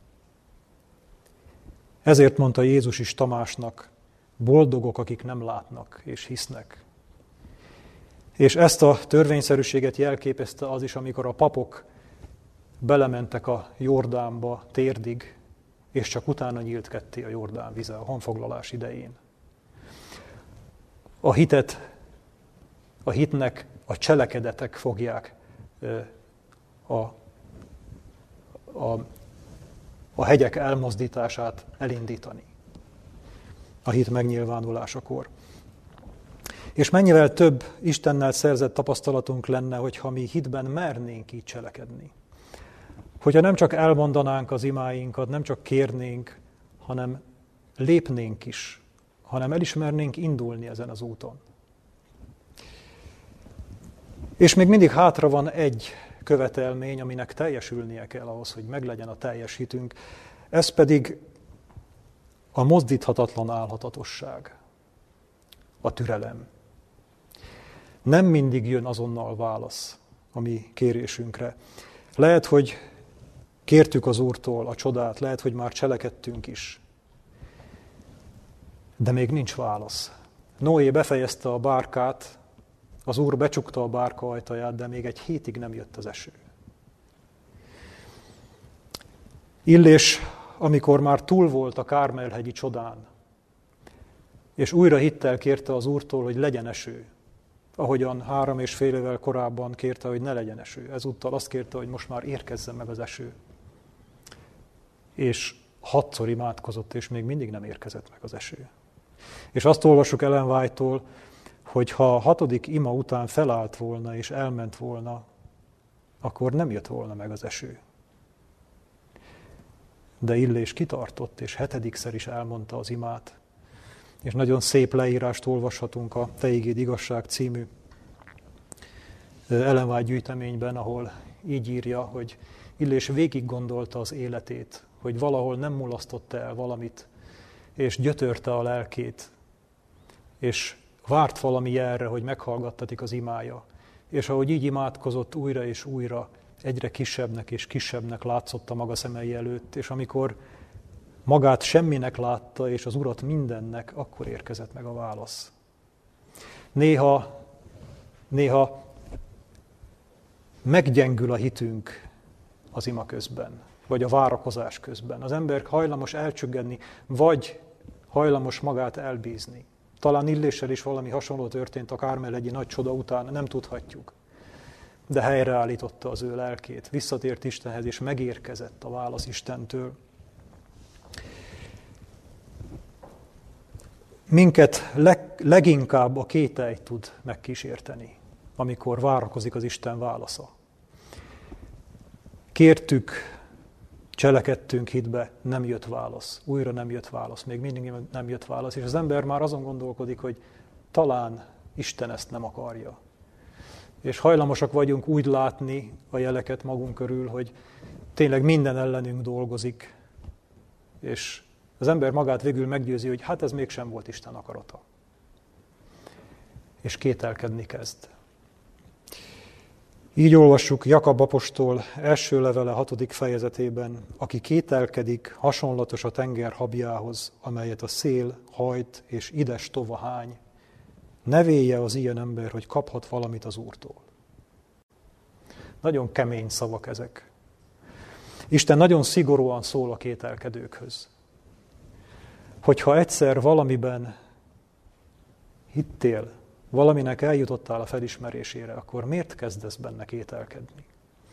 Ezért mondta Jézus is Tamásnak, boldogok, akik nem látnak és hisznek. És ezt a törvényszerűséget jelképezte az is, amikor a papok belementek a Jordánba térdig, és csak utána nyílt ketté a Jordán vize a honfoglalás idején. A hitet, a hitnek a cselekedetek fogják a, a, a hegyek elmozdítását elindítani a hit megnyilvánulásakor. És mennyivel több Istennel szerzett tapasztalatunk lenne, hogyha mi hitben mernénk így cselekedni. Hogyha nem csak elmondanánk az imáinkat, nem csak kérnénk, hanem lépnénk is, hanem elismernénk indulni ezen az úton. És még mindig hátra van egy követelmény, aminek teljesülnie kell ahhoz, hogy meglegyen a teljes hitünk. Ez pedig a mozdíthatatlan álhatatosság, a türelem. Nem mindig jön azonnal válasz a mi kérésünkre. Lehet, hogy kértük az Úrtól a csodát, lehet, hogy már cselekedtünk is, de még nincs válasz. Noé befejezte a bárkát, az Úr becsukta a bárka ajtaját, de még egy hétig nem jött az eső. Illés, amikor már túl volt a Kármel-hegyi csodán, és újra hittel kérte az Úrtól, hogy legyen eső, ahogyan három és fél évvel korábban kérte, hogy ne legyen eső. Ezúttal azt kérte, hogy most már érkezzen meg az eső. És hatszor imádkozott, és még mindig nem érkezett meg az eső. És azt olvassuk Ellen White-tól, hogy ha a hatodik ima után felállt volna és elment volna, akkor nem jött volna meg az eső. De Illés kitartott, és hetedikszer is elmondta az imát. És nagyon szép leírást olvashatunk a Te igéd igazság című Ellen White gyűjteményben, ahol így írja, hogy Illés végig gondolta az életét, hogy valahol nem mulasztott el valamit, és gyötörte a lelkét, és várt valami jelre, hogy meghallgattatik az imája. És ahogy így imádkozott újra és újra, egyre kisebbnek és kisebbnek látszott a maga szemei előtt, és amikor magát semminek látta, és az Urat mindennek, akkor érkezett meg a válasz. Néha, néha meggyengül a hitünk az ima közben, vagy a várakozás közben. Az ember hajlamos elcsüggedni, vagy hajlamos magát elbízni. Talán Illéssel is valami hasonló történt a Kármel-hegyi nagy csoda után, nem tudhatjuk. De helyreállította az ő lelkét, visszatért Istenhez, és megérkezett a válasz Istentől. Minket leg, leginkább a kételj tud megkísérteni, amikor várakozik az Isten válasza. Kértük, cselekedtünk hitbe, nem jött válasz. Újra nem jött válasz, még mindig nem jött válasz. És az ember már azon gondolkodik, hogy talán Isten ezt nem akarja. És hajlamosak vagyunk úgy látni a jeleket magunk körül, hogy tényleg minden ellenünk dolgozik, és az ember magát végül meggyőzi, hogy hát ez mégsem volt Isten akarata. És kételkedni kezd. Így olvassuk Jakab apostol első levele hatodik fejezetében, aki kételkedik, hasonlatos a tenger habjához, amelyet a szél hajt és ides tova hány. Ne vélje az ilyen ember, hogy kaphat valamit az Úrtól. Nagyon kemény szavak ezek. Isten nagyon szigorúan szól a kételkedőkhöz. Hogyha egyszer valamiben hittél, valaminek eljutottál a felismerésére, akkor miért kezdesz benne kételkedni?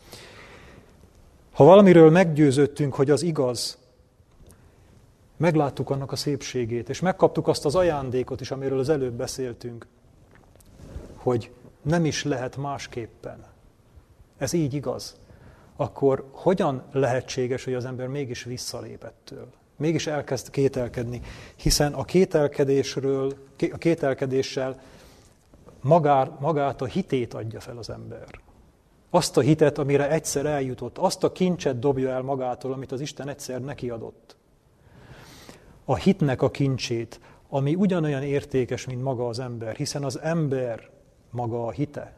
Ha valamiről meggyőződtünk, hogy az igaz, megláttuk annak a szépségét, és megkaptuk azt az ajándékot is, amiről az előbb beszéltünk, hogy nem is lehet másképpen. Ez így igaz. Akkor hogyan lehetséges, hogy az ember mégis visszalép ettől? Mégis elkezd kételkedni, hiszen a kételkedésről, a kételkedéssel magát, magát a hitét adja fel az ember. Azt a hitet, amire egyszer eljutott, azt a kincset dobja el magától, amit az Isten egyszer neki adott. A hitnek a kincsét, ami ugyanolyan értékes, mint maga az ember, hiszen az ember maga a hite.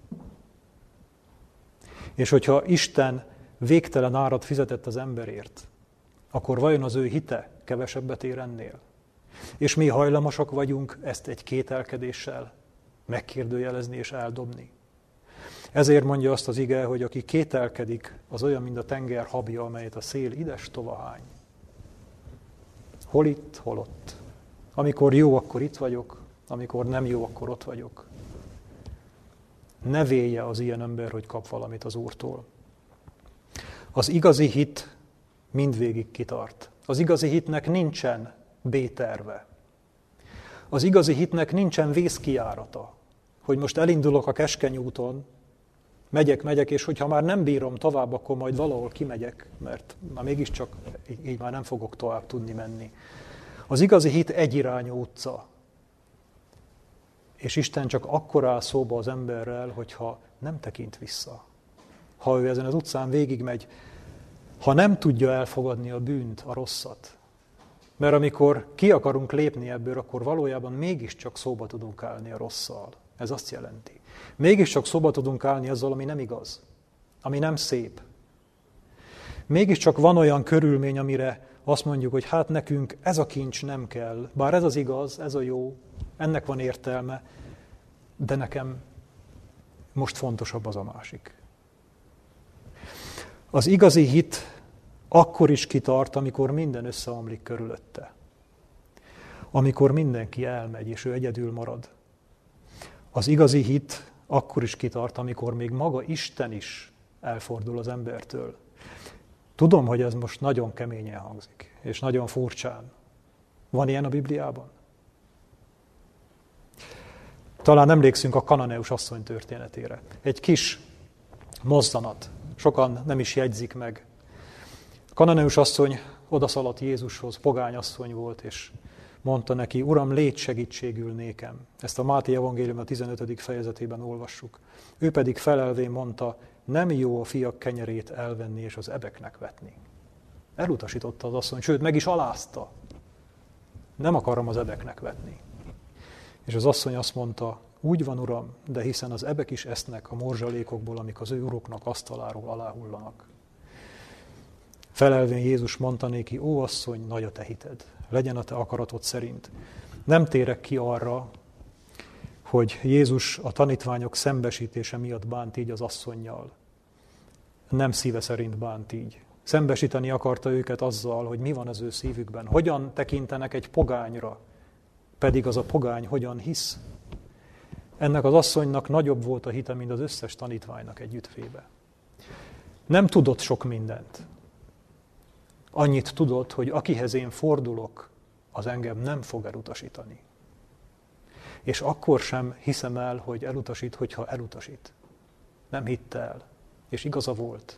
És hogyha Isten végtelen árat fizetett az emberért, akkor vajon az ő hite kevesebbet ér ennél? És mi hajlamosak vagyunk ezt egy kételkedéssel megkérdőjelezni és eldobni. Ezért mondja azt az ige, hogy aki kételkedik, az olyan, mint a tenger habja, amelyet a szél ides tovahány. Hol itt, hol ott. Amikor jó, akkor itt vagyok, amikor nem jó, akkor ott vagyok. Ne vélje az ilyen ember, hogy kap valamit az Úrtól. Az igazi hit mindvégig kitart. Az igazi hitnek nincsen B-terve. Az igazi hitnek nincsen vészkijárata, hogy most elindulok a keskeny úton, megyek, megyek, és hogyha már nem bírom tovább, akkor majd valahol kimegyek, mert már mégiscsak így, így már nem fogok tovább tudni menni. Az igazi hit egyirányú utca. És Isten csak akkor áll szóba az emberrel, hogyha nem tekint vissza. Ha ő ezen az utcán végigmegy, ha nem tudja elfogadni a bűnt, a rosszat. Mert amikor ki akarunk lépni ebből, akkor valójában mégiscsak szóba tudunk állni a rosszal. Ez azt jelenti. Mégiscsak szóba tudunk állni azzal, ami nem igaz, ami nem szép. Mégiscsak van olyan körülmény, amire azt mondjuk, hogy hát nekünk ez a kincs nem kell, bár ez az igaz, ez a jó, ennek van értelme, de nekem most fontosabb az a másik. Az igazi hit akkor is kitart, amikor minden összeomlik körülötte. Amikor mindenki elmegy, és ő egyedül marad. Az igazi hit akkor is kitart, amikor még maga Isten is elfordul az embertől. Tudom, hogy ez most nagyon keményen hangzik, és nagyon furcsán. Van ilyen a Bibliában? Talán emlékszünk a kananeus asszony történetére. Egy kis mozzanat, sokan nem is jegyzik meg. A kananeus asszony odaszaladt Jézushoz, pogány asszony volt, és mondta neki, Uram, légy segítségül nékem. Ezt a Máté evangélium a tizenötödik fejezetében olvassuk. Ő pedig felelvén mondta, nem jó a fiak kenyerét elvenni és az ebeknek vetni. Elutasította az asszony, sőt, meg is alázta. Nem akarom az ebeknek vetni. És az asszony azt mondta, úgy van, Uram, de hiszen az ebek is esznek a morzsalékokból, amik az ő uruknak asztaláról aláhullanak. Felelvén Jézus mondta néki, ó asszony, nagy a te hited, legyen a te akaratod szerint. Nem térek ki arra, hogy Jézus a tanítványok szembesítése miatt bánt így az asszonnyal. Nem szíve szerint bánt így. Szembesíteni akarta őket azzal, hogy mi van az ő szívükben. Hogyan tekintenek egy pogányra, pedig az a pogány hogyan hisz. Ennek az asszonynak nagyobb volt a hite, mint az összes tanítványnak együttvéve. Nem tudott sok mindent. Annyit tudott, hogy akihez én fordulok, az engem nem fog elutasítani. És akkor sem hiszem el, hogy elutasít, hogyha elutasít. Nem hitte el. És igaza volt.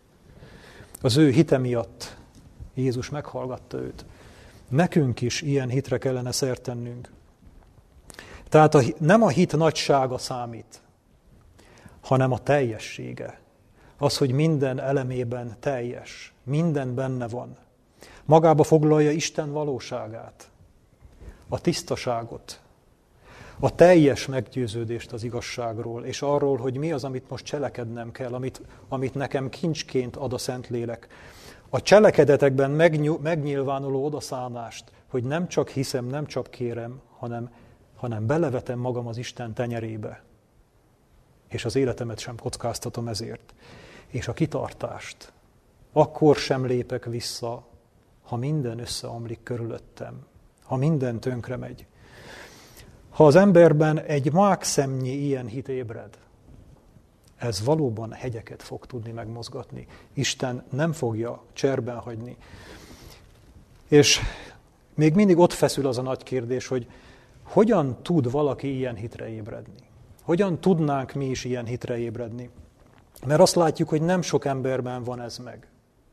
Az ő hite miatt Jézus meghallgatta őt. Nekünk is ilyen hitre kellene szert tennünk. Tehát a, nem a hit nagysága számít, hanem a teljessége. Az, hogy minden elemében teljes, minden benne van. Magába foglalja Isten valóságát, a tisztaságot, a teljes meggyőződést az igazságról, és arról, hogy mi az, amit most cselekednem kell, amit, amit nekem kincsként ad a Szentlélek. A cselekedetekben megnyilvánuló odaszánást, hogy nem csak hiszem, nem csak kérem, hanem, hanem belevetem magam az Isten tenyerébe. és az életemet sem kockáztatom ezért. És a kitartást. Akkor sem lépek vissza, ha minden összeomlik körülöttem, ha minden tönkre megy. Ha az emberben egy mákszemnyi ilyen hit ébred, ez valóban hegyeket fog tudni megmozgatni. Isten nem fogja cserben hagyni. És még mindig ott feszül az a nagy kérdés, hogy hogyan tud valaki ilyen hitre ébredni? Hogyan tudnánk mi is ilyen hitre ébredni? Mert azt látjuk, hogy nem sok emberben van ez meg.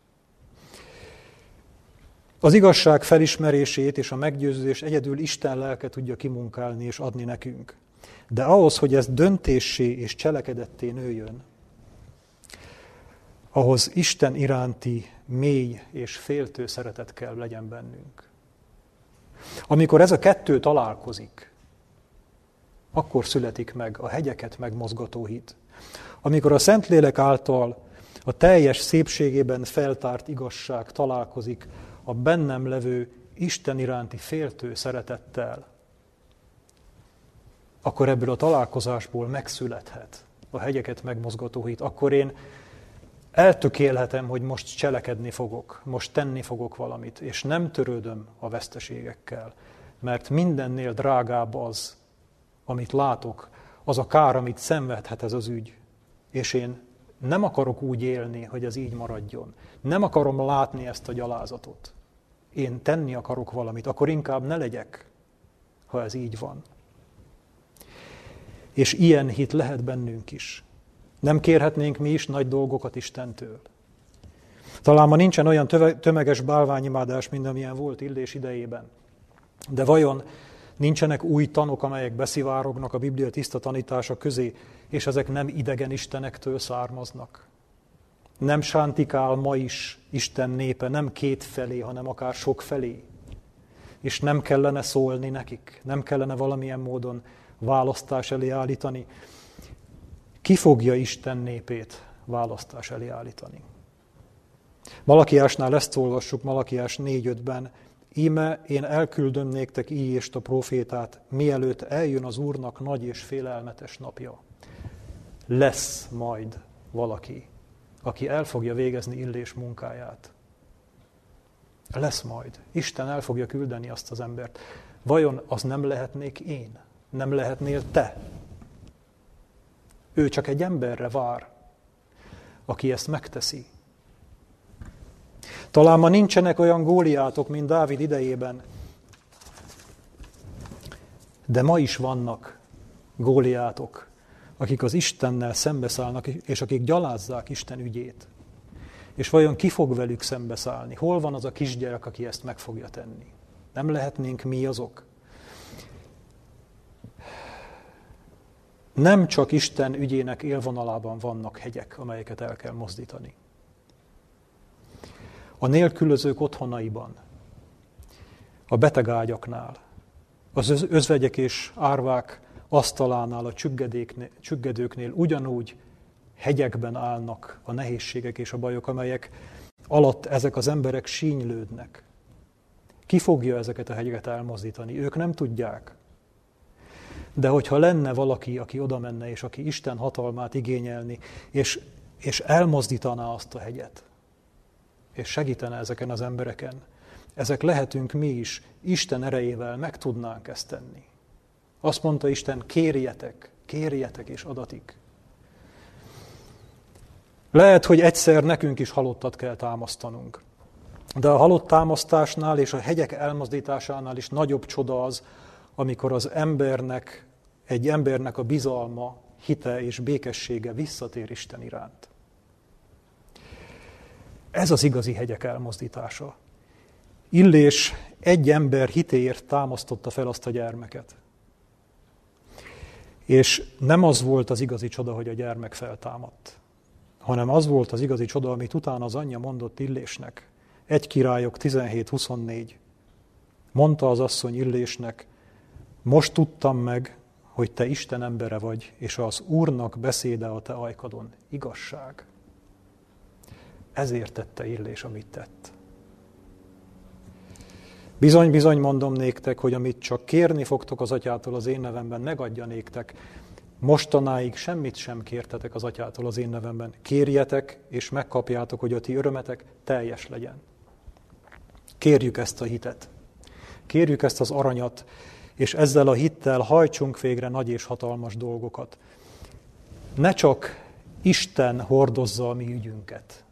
Az igazság felismerését és a meggyőződést egyedül Isten lelke tudja kimunkálni és adni nekünk. De ahhoz, hogy ez döntéssé és cselekedetté nőjön, ahhoz Isten iránti mély és féltő szeretet kell legyen bennünk. Amikor ez a kettő találkozik, akkor születik meg a hegyeket megmozgató hit. Amikor a Szentlélek által a teljes szépségében feltárt igazság találkozik a bennem levő Isten iránti féltő szeretettel, akkor ebből a találkozásból megszülethet a hegyeket megmozgató hit. Akkor én eltökélhetem, hogy most cselekedni fogok, most tenni fogok valamit, és nem törődöm a veszteségekkel, mert mindennél drágább az, amit látok, az a kár, amit szenvedhet ez az ügy. És én nem akarok úgy élni, hogy ez így maradjon. Nem akarom látni ezt a gyalázatot. Én tenni akarok valamit, akkor inkább ne legyek, ha ez így van. És ilyen hit lehet bennünk is. Nem kérhetnénk mi is nagy dolgokat Istentől. Talán ma nincsen olyan tömeges bálványimádás, mint amilyen volt Illés idejében. De vajon nincsenek új tanok, amelyek beszivárognak a Biblia tiszta tanítása közé, és ezek nem idegen istenektől származnak? Nem sántikál ma is Isten népe, nem két felé, hanem akár sok felé. És nem kellene szólni nekik, nem kellene valamilyen módon választás elé állítani. Ki fogja Isten népét választás elé állítani? Malakiásnál ezt olvassuk, Malakiás négy ötben. Íme én elküldöm néktek Íjést a profétát, mielőtt eljön az Úrnak nagy és félelmetes napja. Lesz majd valaki, aki el fogja végezni Illés munkáját. Lesz majd. Isten el fogja küldeni azt az embert. Vajon az nem lehetnék én? Nem lehetnél te? Ő csak egy emberre vár, aki ezt megteszi. Talán ma nincsenek olyan Góliátok, mint Dávid idejében, de ma is vannak Góliátok, akik az Istennel szembeszállnak, és akik gyalázzák Isten ügyét. És vajon ki fog velük szembeszállni? Hol van az a kisgyerek, aki ezt meg fogja tenni? Nem lehetnénk mi azok? Nem csak Isten ügyének élvonalában vannak hegyek, amelyeket el kell mozdítani. A nélkülözők otthonaiban, a betegágyaknál, az özvegyek és árvák asztalánál, a csüggedőknél ugyanúgy hegyekben állnak a nehézségek és a bajok, amelyek alatt ezek az emberek sínylődnek. Ki fogja ezeket a hegyeket elmozdítani? Ők nem tudják. De hogyha lenne valaki, aki oda menne, és aki Isten hatalmát igényelni, és, és elmozdítaná azt a hegyet, és segítene ezeken az embereken, ezek lehetünk mi is, Isten erejével meg tudnánk ezt tenni. Azt mondta Isten, kérjetek, kérjetek és adatik. Lehet, hogy egyszer nekünk is halottat kell támasztanunk. De a halott támasztásnál és a hegyek elmozdításánál is nagyobb csoda az, amikor az embernek, egy embernek a bizalma, hite és békessége visszatér Isten iránt. Ez az igazi hegyek elmozdítása. Illés egy ember hitéért támasztotta fel azt a gyermeket. És nem az volt az igazi csoda, hogy a gyermek feltámadt, hanem az volt az igazi csoda, amit utána az anyja mondott Illésnek. egy Királyok tizenhét huszonnégy. Mondta az asszony Illésnek, most tudtam meg, hogy te Isten embere vagy, és az Úrnak beszéde a te ajkadon igazság. Ezért tette Illés, amit tett. Bizony, bizony mondom néktek, hogy amit csak kérni fogtok az atyától az én nevemben, megadja néktek. Mostanáig semmit sem kértetek az Atyától az én nevemben. Kérjetek, és megkapjátok, hogy a ti örömetek teljes legyen. Kérjük ezt a hitet. Kérjük ezt az aranyat, és ezzel a hittel hajtsunk végre nagy és hatalmas dolgokat. Ne csak Isten hordozza a mi ügyünket.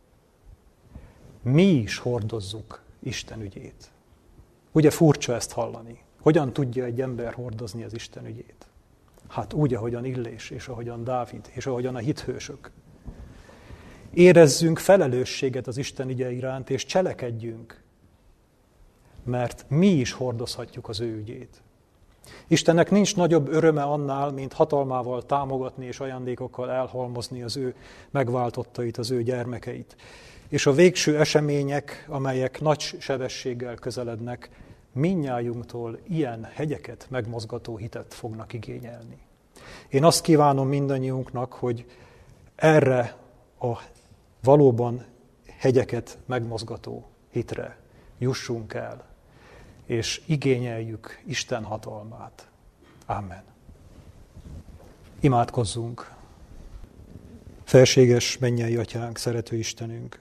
Mi is hordozzuk Isten ügyét. Ugye furcsa ezt hallani? Hogyan tudja egy ember hordozni az Isten ügyét? Hát úgy, ahogyan Illés, és ahogyan Dávid, és ahogyan a hithősök. Érezzünk felelősséget az Isten ügye iránt, és cselekedjünk, mert mi is hordozhatjuk az ő ügyét. Istennek nincs nagyobb öröme annál, mint hatalmával támogatni és ajándékokkal elhalmozni az ő megváltottait, az ő gyermekeit. És a végső események, amelyek nagy sebességgel közelednek, mindnyájunktól ilyen hegyeket megmozgató hitet fognak igényelni. Én azt kívánom mindannyiunknak, hogy erre a valóban hegyeket megmozgató hitre jussunk el, és igényeljük Isten hatalmát. Amen. Imádkozzunk. Felséges mennyei Atyánk, szerető Istenünk,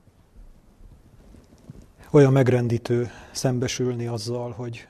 olyan megrendítő szembesülni azzal, hogy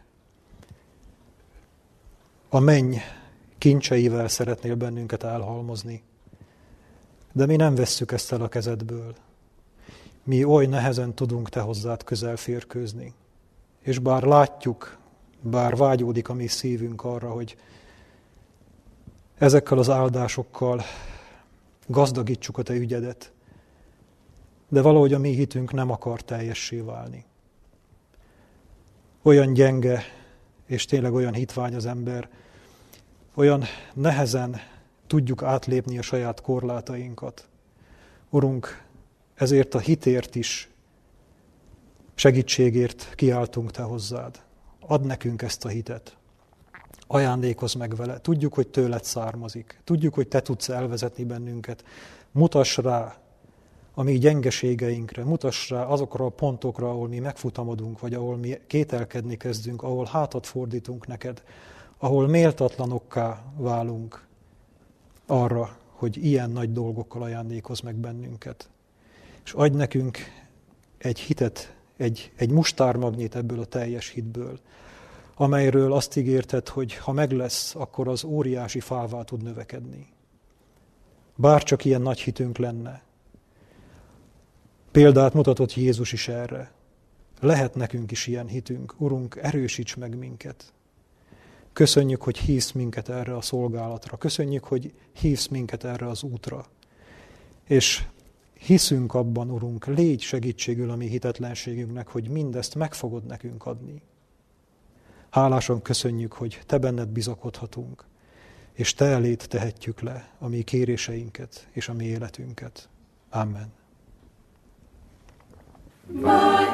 a menny kincseivel szeretnél bennünket elhalmozni, de mi nem vesszük ezt el a kezedből. Mi oly nehezen tudunk te hozzád közel férkőzni. És bár látjuk, bár vágyódik a mi szívünk arra, hogy ezekkel az áldásokkal gazdagítsuk a te ügyedet, de valahogy a mi hitünk nem akar teljessé válni. Olyan gyenge, és tényleg olyan hitvány az ember, olyan nehezen tudjuk átlépni a saját korlátainkat. Urunk, ezért a hitért is, segítségért kiáltunk te hozzád. Add nekünk ezt a hitet. Ajándékozz meg vele. Tudjuk, hogy tőled származik. Tudjuk, hogy te tudsz elvezetni bennünket. Mutass rá a mi gyengeségeinkre, mutass rá azokra a pontokra, ahol mi megfutamodunk, vagy ahol mi kételkedni kezdünk, ahol hátat fordítunk neked, ahol méltatlanokká válunk arra, hogy ilyen nagy dolgokkal ajándékozz meg bennünket. És adj nekünk egy hitet, egy, egy mustármagnyit ebből a teljes hitből, amelyről azt ígérted, hogy ha meg lesz, akkor az óriási fává tud növekedni. Bárcsak ilyen nagy hitünk lenne. Példát mutatott Jézus is erre. Lehet nekünk is ilyen hitünk. Urunk, erősíts meg minket. Köszönjük, hogy hívsz minket erre a szolgálatra. Köszönjük, hogy hívsz minket erre az útra. És hiszünk abban, Urunk, légy segítségül a mi hitetlenségünknek, hogy mindezt meg fogod nekünk adni. Hálásan köszönjük, hogy te benned bizakodhatunk, és te eléd tehetjük le a mi kéréseinket és a mi életünket. Amen. Bye.